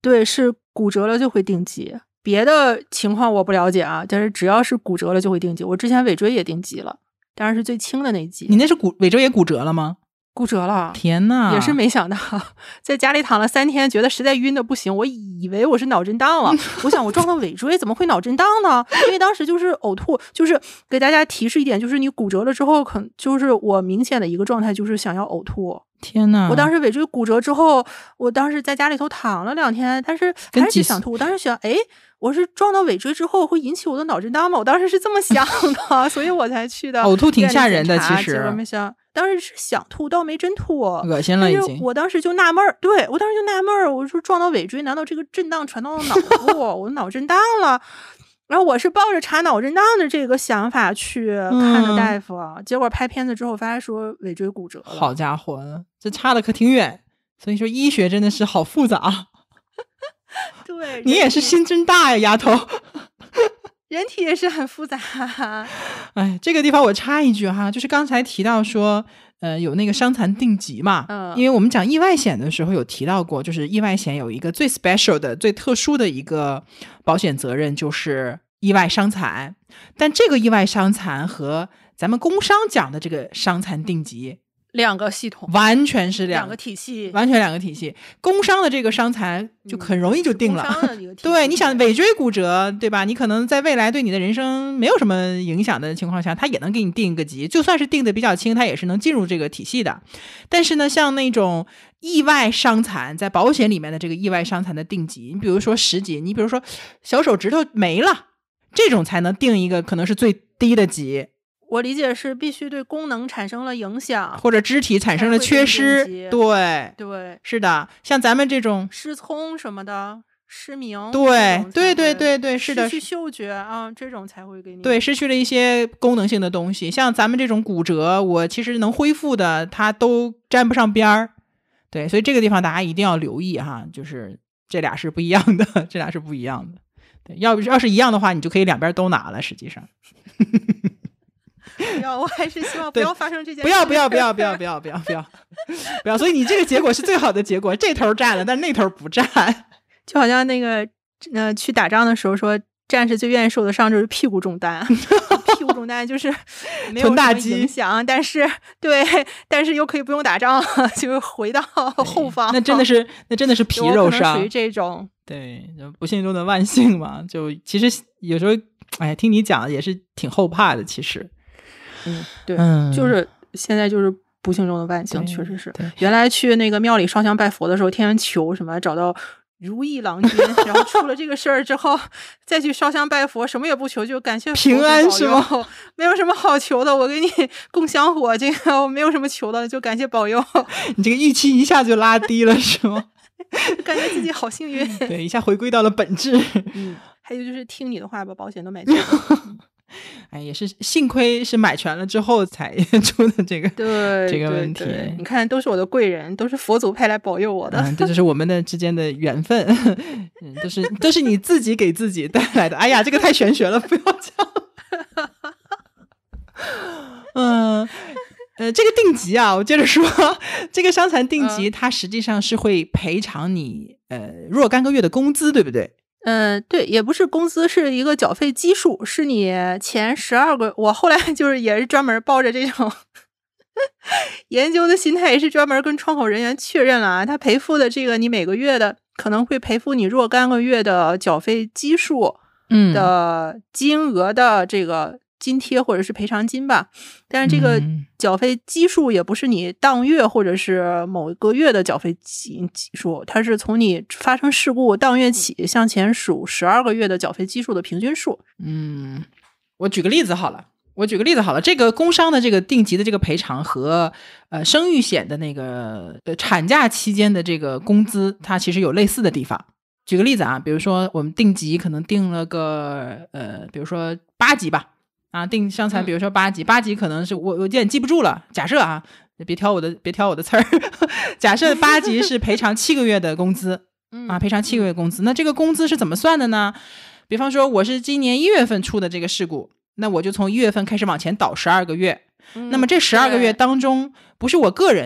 对，是骨折了就会定级，别的情况我不了解啊，但是只要是骨折了就会定级。我之前尾椎也定级了，当然是最轻的那级。 你那是尾椎也骨折了吗？ 骨折了， 天呐， 也是没想到，在家里躺了3天，觉得实在晕的不行，我以为我是脑震荡了。我想我撞到尾椎怎么会脑震荡呢？因为当时就是呕吐，就是给大家提示一点，就是你骨折了之后，就是我明显的一个状态就是想要呕吐。 天呐， 我当时尾椎骨折之后，我当时在家里头躺了2天，但是还是想吐。我当时想，哎，我是撞到尾椎之后会引起我的脑震荡吗？我当时是这么想的，所以我才去的。 呕吐挺吓人的，其实。 结果没想，当时是想吐，倒没真吐， 恶心了已经。 我当时就纳闷儿，对我当时就纳闷儿，我说撞到尾椎，难道这个震荡传到了脑部？我脑震荡了。然后我是抱着查脑震荡的这个想法去看的大夫，结果拍片子之后发现说尾椎骨折了。 好家伙，这差的可挺远。所以说医学真的是好复杂。 对， 你也是心真大呀，丫头。 人体也是很复杂。 哎，这个地方我插一句哈，就是刚才提到说有那个伤残定级嘛，因为我们讲意外险的时候有提到过，就是意外险有一个最 special 的最特殊的一个保险责任，就是意外伤残。但这个意外伤残和咱们工伤讲的这个伤残定级两个系统， 完全是两个体系， 完全两个体系。工伤的这个伤残就很容易就定了，对，你想尾椎骨折，对吧？你可能在未来对你的人生没有什么影响的情况下，它也能给你定一个级，就算是定的比较轻，它也是能进入这个体系的。但是呢，像那种意外伤残，在保险里面的这个意外伤残的定级，你比如说10级，你比如说小手指头没了，这种才能定一个可能是最低的级。 我理解是必须对功能产生了影响， 或者肢体产生了缺失，对，是的，像咱们这种失聪什么的，失明， 对，是的， 失去嗅觉啊，这种才会给你， 对，失去了一些功能性的东西。像咱们这种骨折，我其实能恢复的，它都沾不上边儿。对，所以这个地方大家一定要留意哈，就是这俩是不一样的，这俩是不一样的。对，要是一样的话，你就可以两边都拿了，实际上。 不要，我还是希望不要发生这件事。 不要，所以你这个结果是最好的结果，这头占了，但那头不占。 就好像那个去打仗的时候说，战士最愿意受的伤就是屁股中弹，屁股中弹就是没有什么影响，但是又可以不用打仗，就回到后方。 那真的是皮肉伤， 属于这种。 对，不幸中的万幸嘛。就其实有时候，哎，听你讲也是挺后怕的，其实。 对，就是现在就是不幸中的万幸，确实是。原来去那个庙里烧香拜佛的时候，天天求什么找到如意郎君，然后出了这个事儿之后，再去烧香拜佛，什么也不求，就感谢平安是吗？ 没有什么好求的，我给你供香火，这个我没有什么求的，就感谢保佑。 你这个预期一下就拉低了，是吗？ 感觉自己好幸运， 对，一下回归到了本质。 还有就是听你的话，把保险都买全了。 哎，也是幸亏是买全了之后才出的这个问题。 你看，都是我的贵人，都是佛祖派来保佑我的。 这就是我们的之间的缘分，都是你自己给自己带来的。哎呀，这个太玄学了，不要讲。这个定级啊，我接着说，这个伤残定级，它实际上是会赔偿你若干个月的工资，对不对？ 对，也不是工资，是一个缴费基数，是你前12个。我后来就是也是专门抱着这种研究的心态，也是专门跟窗口人员确认了啊，他赔付的这个你每个月的可能会赔付你若干个月的缴费基数的金额的这个津贴或者是赔偿金吧，但是这个缴费基数也不是你当月或者是某个月的缴费基数，它是从你发生事故当月起向前数12个月的缴费基数的平均数。 我举个例子好了，这个工伤的这个定级的这个赔偿和生育险的那个产假期间的这个工资，它其实有类似的地方。举个例子啊，比如说我们定级可能定了个比如说8级吧。定伤残，比如说8级，8级可能是我有点记不住了。假设啊，别挑我的刺儿。假设8级是赔偿7个月的工资，赔偿7个月工资。那这个工资是怎么算的呢？比方说我是今年1月份出的这个事故，那我就从1月份开始往前倒12个月。那么这12个月当中，不是我个人的啊，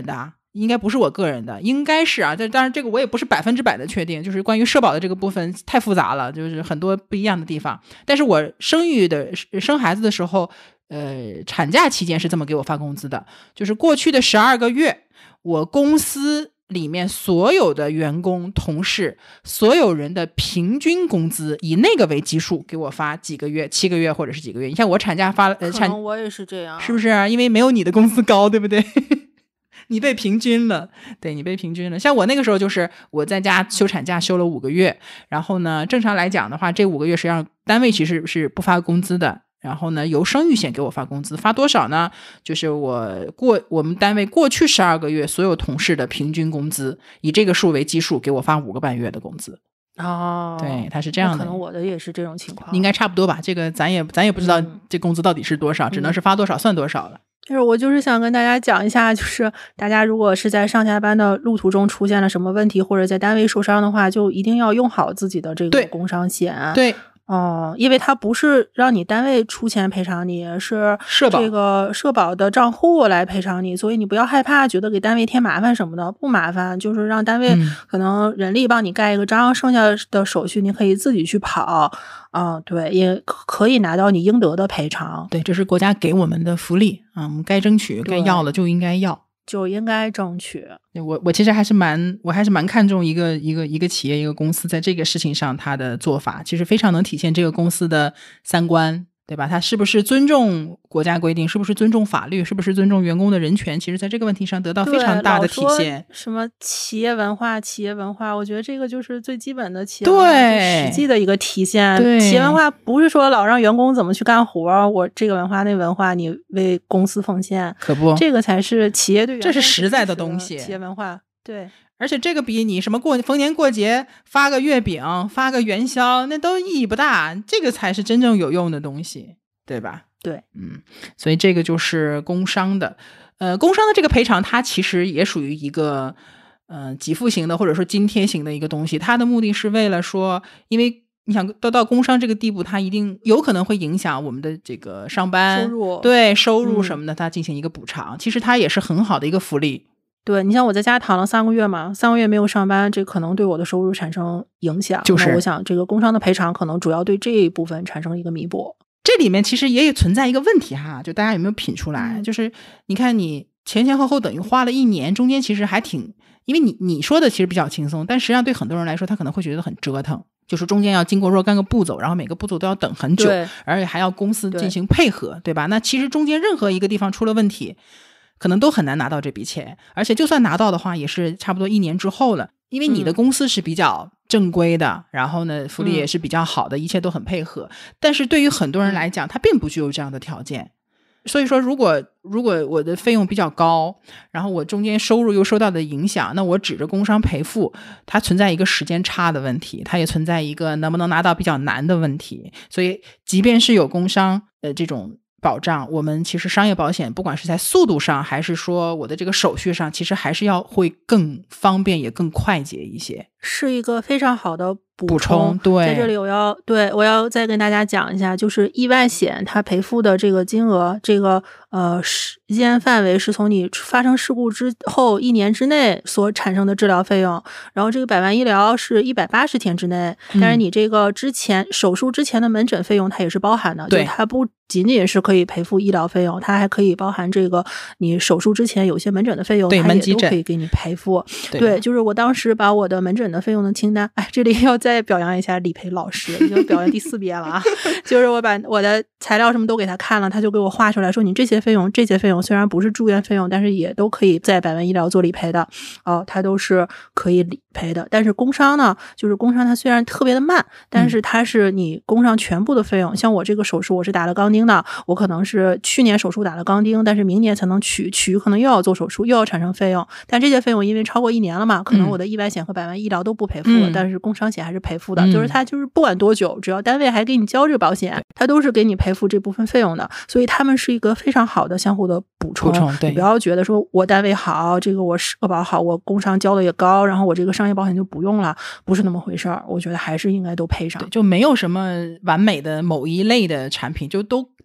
应该不是我个人的，应该是啊，但当然这个我也不是100%的确定，就是关于社保的这个部分太复杂了，就是很多不一样的地方。但是我生孩子的时候，产假期间是这么给我发工资的，就是过去的12个月，我公司里面所有的员工同事所有人的平均工资以那个为基数给我发几个月，7个月或者是几个月。你像我产假发可能我也是这样， 是不是啊？因为没有你的工资高，对不对？你被平均了，对，你被平均了。像我那个时候就是我在家休产假休了5个月，然后呢，正常来讲的话，这5个月实际上单位其实是不发工资的。然后呢，由生育险给我发工资，发多少呢？就是我们单位过去12个月所有同事的平均工资，以这个数为基数，给我发5个半月的工资。 哦， 对，它是这样的。 可能我的也是这种情况， 应该差不多吧？这个咱也不知道这工资到底是多少，只能是发多少算多少了。 就是我就是想跟大家讲一下，就是大家如果是在上下班的路途中出现了什么问题，或者在单位受伤的话，就一定要用好自己的这个工伤险。 对。 因为它不是让你单位出钱赔偿你，是这个社保的账户来赔偿你，所以你不要害怕，觉得给单位添麻烦什么的，不麻烦，就是让单位可能人力帮你盖一个章，剩下的手续你可以自己去跑。对，也可以拿到你应得的赔偿。 对，这是国家给我们的福利啊，我们该争取该要的就应该要。 就应该争取。 我其实还是蛮看重一个企业一个公司在这个事情上他的做法，其实非常能体现这个公司的三观，对吧？他是不是尊重国家规定，是不是尊重法律，是不是尊重员工的人权，其实在这个问题上得到非常大的体现。 什么企业文化，我觉得这个就是最基本的企业文化，最实际的一个体现。企业文化不是说老让员工怎么去干活，我这个文化那文化你为公司奉献， 可不， 这个才是企业对员工， 这是实在的东西。 企业文化，对。 而且这个比你什么逢年过节发个月饼发个元宵那都意义不大，这个才是真正有用的东西，对吧？ 对， 所以这个就是工伤的。工伤的这个赔偿它其实也属于一个给付型的或者说津贴型的一个东西，它的目的是为了说，因为你想到工伤这个地步，它一定有可能会影响我们的这个上班收入， 对收入什么的，它进行一个补偿，其实它也是很好的一个福利。 对，你像我在家躺了3个月嘛，3个月没有上班，这可能对我的收入产生影响。 就是我想这个工伤的赔偿可能主要对这一部分产生一个弥补。 这里面其实也存在一个问题哈，就大家有没有品出来？就是你看你前后等于花了1年，中间其实还挺，因为你说的其实比较轻松，但实际上对很多人来说，他可能会觉得很折腾。就是中间要经过若干个步骤，然后每个步骤都要等很久，而且还要公司进行配合， 对吧？那其实中间任何一个地方出了问题，可能都很难拿到这笔钱，而且就算拿到的话，也是差不多1年之后了。因为你的公司是比较正规的，然后呢，福利也是比较好的，一切都很配合。但是对于很多人来讲，他并不具有这样的条件。所以说，如果我的费用比较高，然后我中间收入又受到的影响，那我指着工伤赔付，它存在一个时间差的问题，它也存在一个能不能拿到比较难的问题。所以，即便是有工伤这种保障，我们其实商业保险不管是在速度上还是说我的这个手续上，其实还是会更方便也更快捷一些，是一个非常好的补充。对， 在这里我要再跟大家讲一下，就是意外险它赔付的这个金额，这个时间范围是从你发生事故之后1年之内所产生的治疗费用，然后这个100万医疗是180天之内，但是你这个手术之前的门诊费用它也是包含的， 对， 就它不仅仅是可以赔付医疗费用，它还可以包含这个你手术之前有些门诊的费用，它也都可以给你赔付。对，就是我当时把我的门诊的费用的清单，这里要再表扬一下理赔老师，已经表扬第4遍了啊！就是我把我的材料什么都给他看了，他就给我画出来说，你这些费用虽然不是住院费用，但是也都可以在100万医疗做理赔的它都是可以理赔的。但是工伤呢，就是工伤它虽然特别的慢，但是它是你工伤全部的费用。像我这个手术我是打了钢钉的，我可能是去年手术打了钢钉，但是明年才能取可能又要做手术，又要产生费用，但这些费用因为超过1年了嘛，可能我的意外险和100万医疗都不赔付了，但是工伤险还是赔付的，就是它就是不管多久，只要单位还给你交这个保险，它都是给你赔付这部分费用的，所以他们是一个非常好的相互的补充。 对， 你不要觉得说我单位好，这个我社保好，我工伤交的也高，然后我这个商业保险就不用了，不是那么回事儿。我觉得还是应该都配上， 就没有什么完美的某一类的产品，就都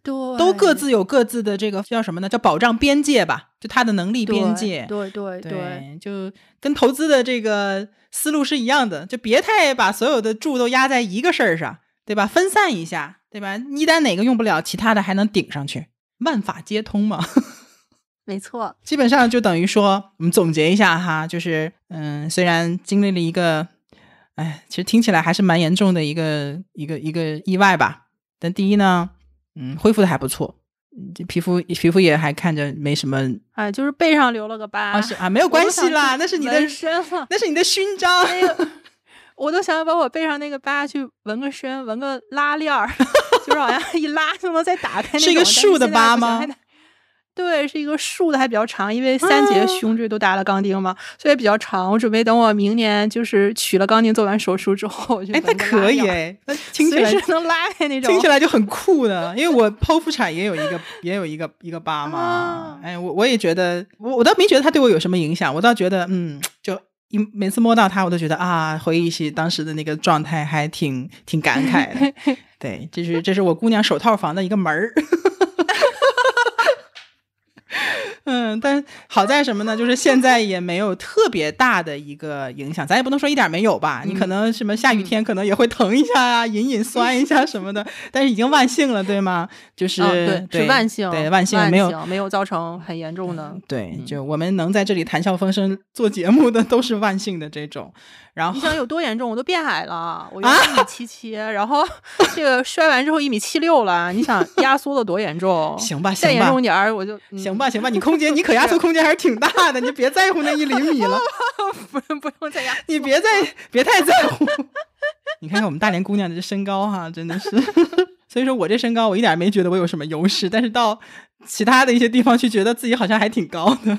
对， 都各自有各自的这个叫什么呢？叫保障边界吧，就他的能力边界。 对， 就跟投资的这个思路是一样的，就别太把所有的注都压在一个事儿上，对吧？分散一下，对吧？一旦哪个用不了，其他的还能顶上去，万法皆通嘛。 没错， 基本上就等于说，我们总结一下哈，就是虽然经历了一个，其实听起来还是蛮严重的一个意外吧。但第一呢，恢复的还不错，这皮肤也还看着没什么， 就是背上留了个疤， 没有关系啦，那是你的那是你的勋章。 我都想把我背上那个疤去纹个身，纹个拉链儿，就是好像一拉就能再打开那种。 是一个竖的疤吗？ 对，是一个竖的，还比较长，因为3节胸椎都打了钢钉嘛，所以比较长。我准备等我明年就是取了钢钉做完手术之后，我就那可以那听起来随时能拉开那种， 听起来就很酷的。因为我剖腹产也有一个疤嘛，我也觉得，我倒没觉得它对我有什么影响，我倒觉得就每次摸到它，我都觉得回忆起当时的那个状态，还挺感慨的。对，这是我姑娘手套房的一个门儿。但好在什么呢？就是现在也没有特别大的一个影响，咱也不能说一点没有吧。你可能什么下雨天可能也会疼一下啊，隐酸一下什么的，但是已经万幸了，对吗？就是对，是万幸， 对，万幸没有造成很严重的。 对，就我们能在这里谈笑风生做节目的都是万幸的这种。然后你想有多严重？我都变矮了，我原来1.77米，然后这个摔完之后1.76米了。你想压缩的多严重？ 行吧， 再严重点我就行吧，你空间你可压缩空间还是挺大的，你别在乎那1厘米了。 不用再压， 你别太在乎。你看看我们大连姑娘的这身高哈，真的是。所以说我这身高我一点没觉得我有什么优势，但是到其他的一些地方去觉得自己好像还挺高的。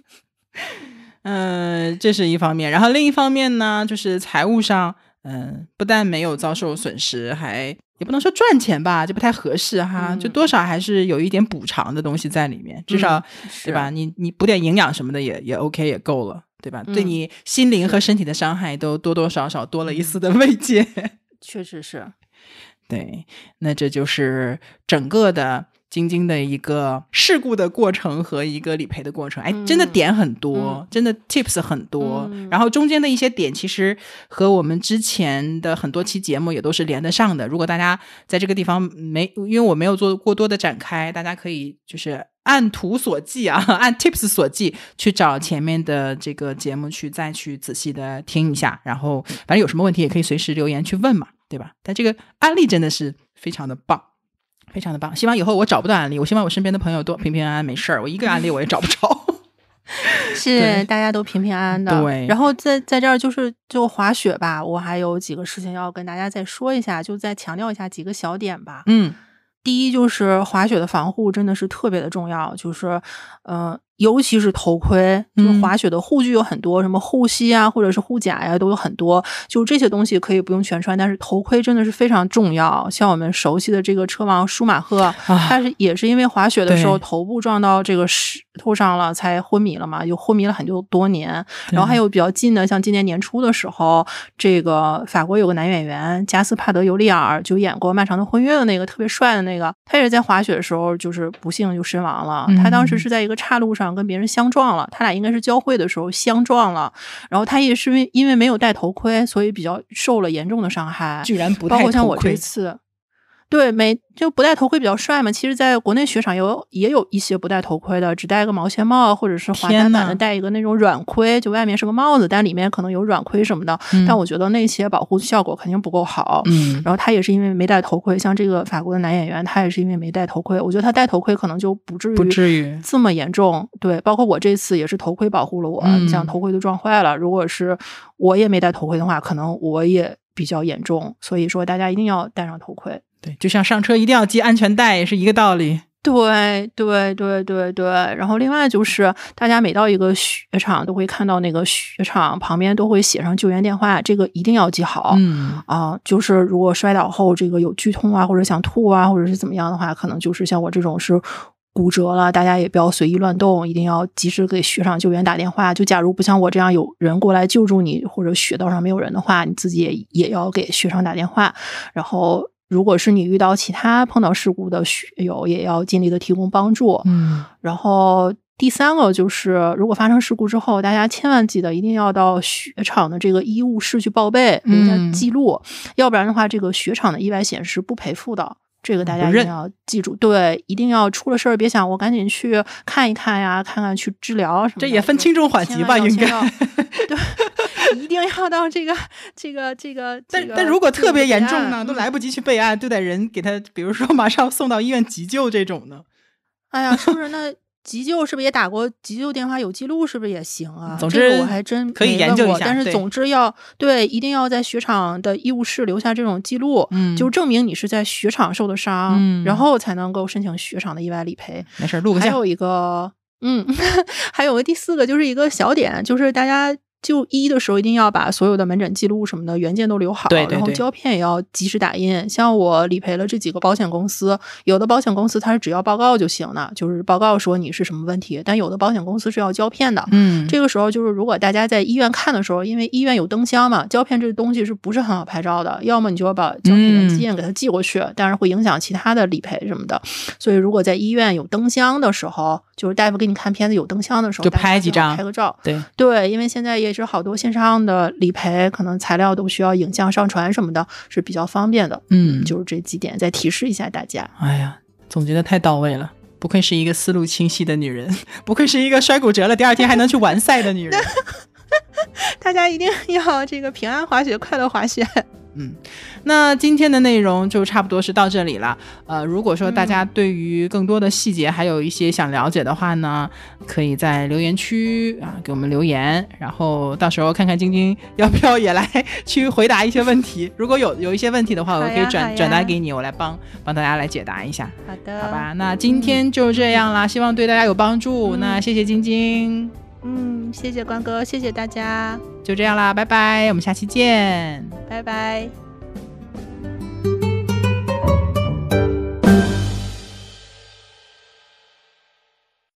这是一方面。然后另一方面呢，就是财务上不但没有遭受损失，还也不能说赚钱吧，这不太合适哈，就多少还是有一点补偿的东西在里面，至少对吧？你补点营养什么的也 OK 也够了，对吧？对你心灵和身体的伤害都多多少少多了一丝的慰藉。 确实是。 对，那这就是整个的晶晶的一个事故的过程和一个理赔的过程。真的点很多，真的 tips 很多，然后中间的一些点其实和我们之前的很多期节目也都是连得上的。如果大家在这个地方因为我没有做过多的展开，大家可以就是按图所记啊，按 tips 所记去找前面的这个节目再去仔细的听一下，然后反正有什么问题也可以随时留言去问嘛，对吧？但这个案例真的是非常的棒，非常的棒。希望以后我找不到案例，我希望我身边的朋友都平平安安没事儿，我一个案例我也找不着。 是大家都平平安安的。 对， 然后在这儿就滑雪吧，我还有几个事情要跟大家再说一下，就再强调一下几个小点吧。第一就是滑雪的防护真的是特别的重要，就是尤其是头盔，就是滑雪的护具有很多，什么护膝啊或者是护甲呀都有很多，就这些东西可以不用全穿，但是头盔真的是非常重要。像我们熟悉的这个车王舒马赫，他也是因为滑雪的时候头部撞到这个石头上了才昏迷了嘛，就昏迷了很多年。然后还有比较近的，像今年年初的时候，这个法国有个男演员加斯帕德尤利尔就演过《漫长的婚约》的那个特别帅的那个，他也是在滑雪的时候就是不幸就身亡了。他当时是在一个岔路上跟别人相撞了，他俩应该是交汇的时候相撞了，然后他也是因为没有戴头盔，所以比较受了严重的伤害。 居然不戴头盔， 包括像我这次对就不戴头盔比较帅嘛，其实在国内雪场也有一些不戴头盔的，只戴个毛线帽，或者是滑单板的戴一个那种软盔，就外面是个帽子，但里面可能有软盔什么的，但我觉得那些保护效果肯定不够好。然后他也是因为没戴头盔，像这个法国的男演员他也是因为没戴头盔，我觉得他戴头盔可能就不至于这么严重。对，包括我这次也是头盔保护了我，像头盔都撞坏了，如果是我也没戴头盔的话，可能我也比较严重，所以说大家一定要戴上头盔。 对，就像上车一定要系安全带也是一个道理。 对，然后另外就是大家每到一个雪场都会看到那个雪场旁边都会写上救援电话，这个一定要记好。就是如果摔倒后这个有剧痛啊，或者想吐啊，或者是怎么样的话，可能就是像我这种是骨折了，大家也不要随意乱动，一定要及时给雪场救援打电话。就假如不像我这样有人过来救助你，或者雪道上没有人的话，你自己也要给雪场打电话。然后如果是你遇到其他碰到事故的学友，也要尽力的提供帮助。然后第3个就是，如果发生事故之后，大家千万记得一定要到雪场的这个医务室去报备，留下记录，要不然的话，这个雪场的意外险是不赔付的。这个大家一定要记住，对，一定要出了事儿别想我赶紧去看一看呀，看看去治疗什么的。 这也分轻重缓急吧，应该。 对，一定要到这个。 但如果特别严重呢，都来不及去备案，都得人给他，比如说马上送到医院急救这种呢。 哎呀，是不是那？急救是不是也打过急救电话有记录是不是也行啊？ 总之这个我还真可以研究一下， 但是总之要对一定要在雪场的医务室留下这种记录，就证明你是在雪场受的伤，然后才能够申请雪场的意外理赔。 没事，录个像。 还有一个还有个第4个就是一个小点，就是大家就医的时候一定要把所有的门诊记录什么的原件都留好， 对， 然后胶片也要及时打印。像我理赔了这几个保险公司，有的保险公司它是只要报告就行了，就是报告说你是什么问题，但有的保险公司是要胶片的。这个时候就是如果大家在医院看的时候，因为医院有灯箱嘛，胶片这个东西是不是很好拍照的，要么你就要把胶片的基印给它寄过去，当然会影响其他的理赔什么的。所以如果在医院有灯箱的时候，就是大夫给你看片子有灯箱的时候， 就拍几张， 拍个照。 对， 因为现在也是好多线上的理赔，可能材料都需要影像上传什么的，是比较方便的。就是这几点再提示一下大家。 哎呀，总结的太到位了，不愧是一个思路清晰的女人，不愧是一个摔骨折了第2天还能去完赛的女人。 大家一定要这个平安滑雪，快乐滑雪。 那今天的内容就差不多是到这里了。如果说大家对于更多的细节还有一些想了解的话呢，可以在留言区给我们留言，然后到时候看看晶晶要不要也来去回答一些问题。如果有一些问题的话，我可以转达给你，我来帮大家来解答一下。 好的， 好吧，那今天就这样啦，希望对大家有帮助。那谢谢晶晶。 谢谢关哥，谢谢大家。 就这样啦，拜拜，我们下期见。 拜拜。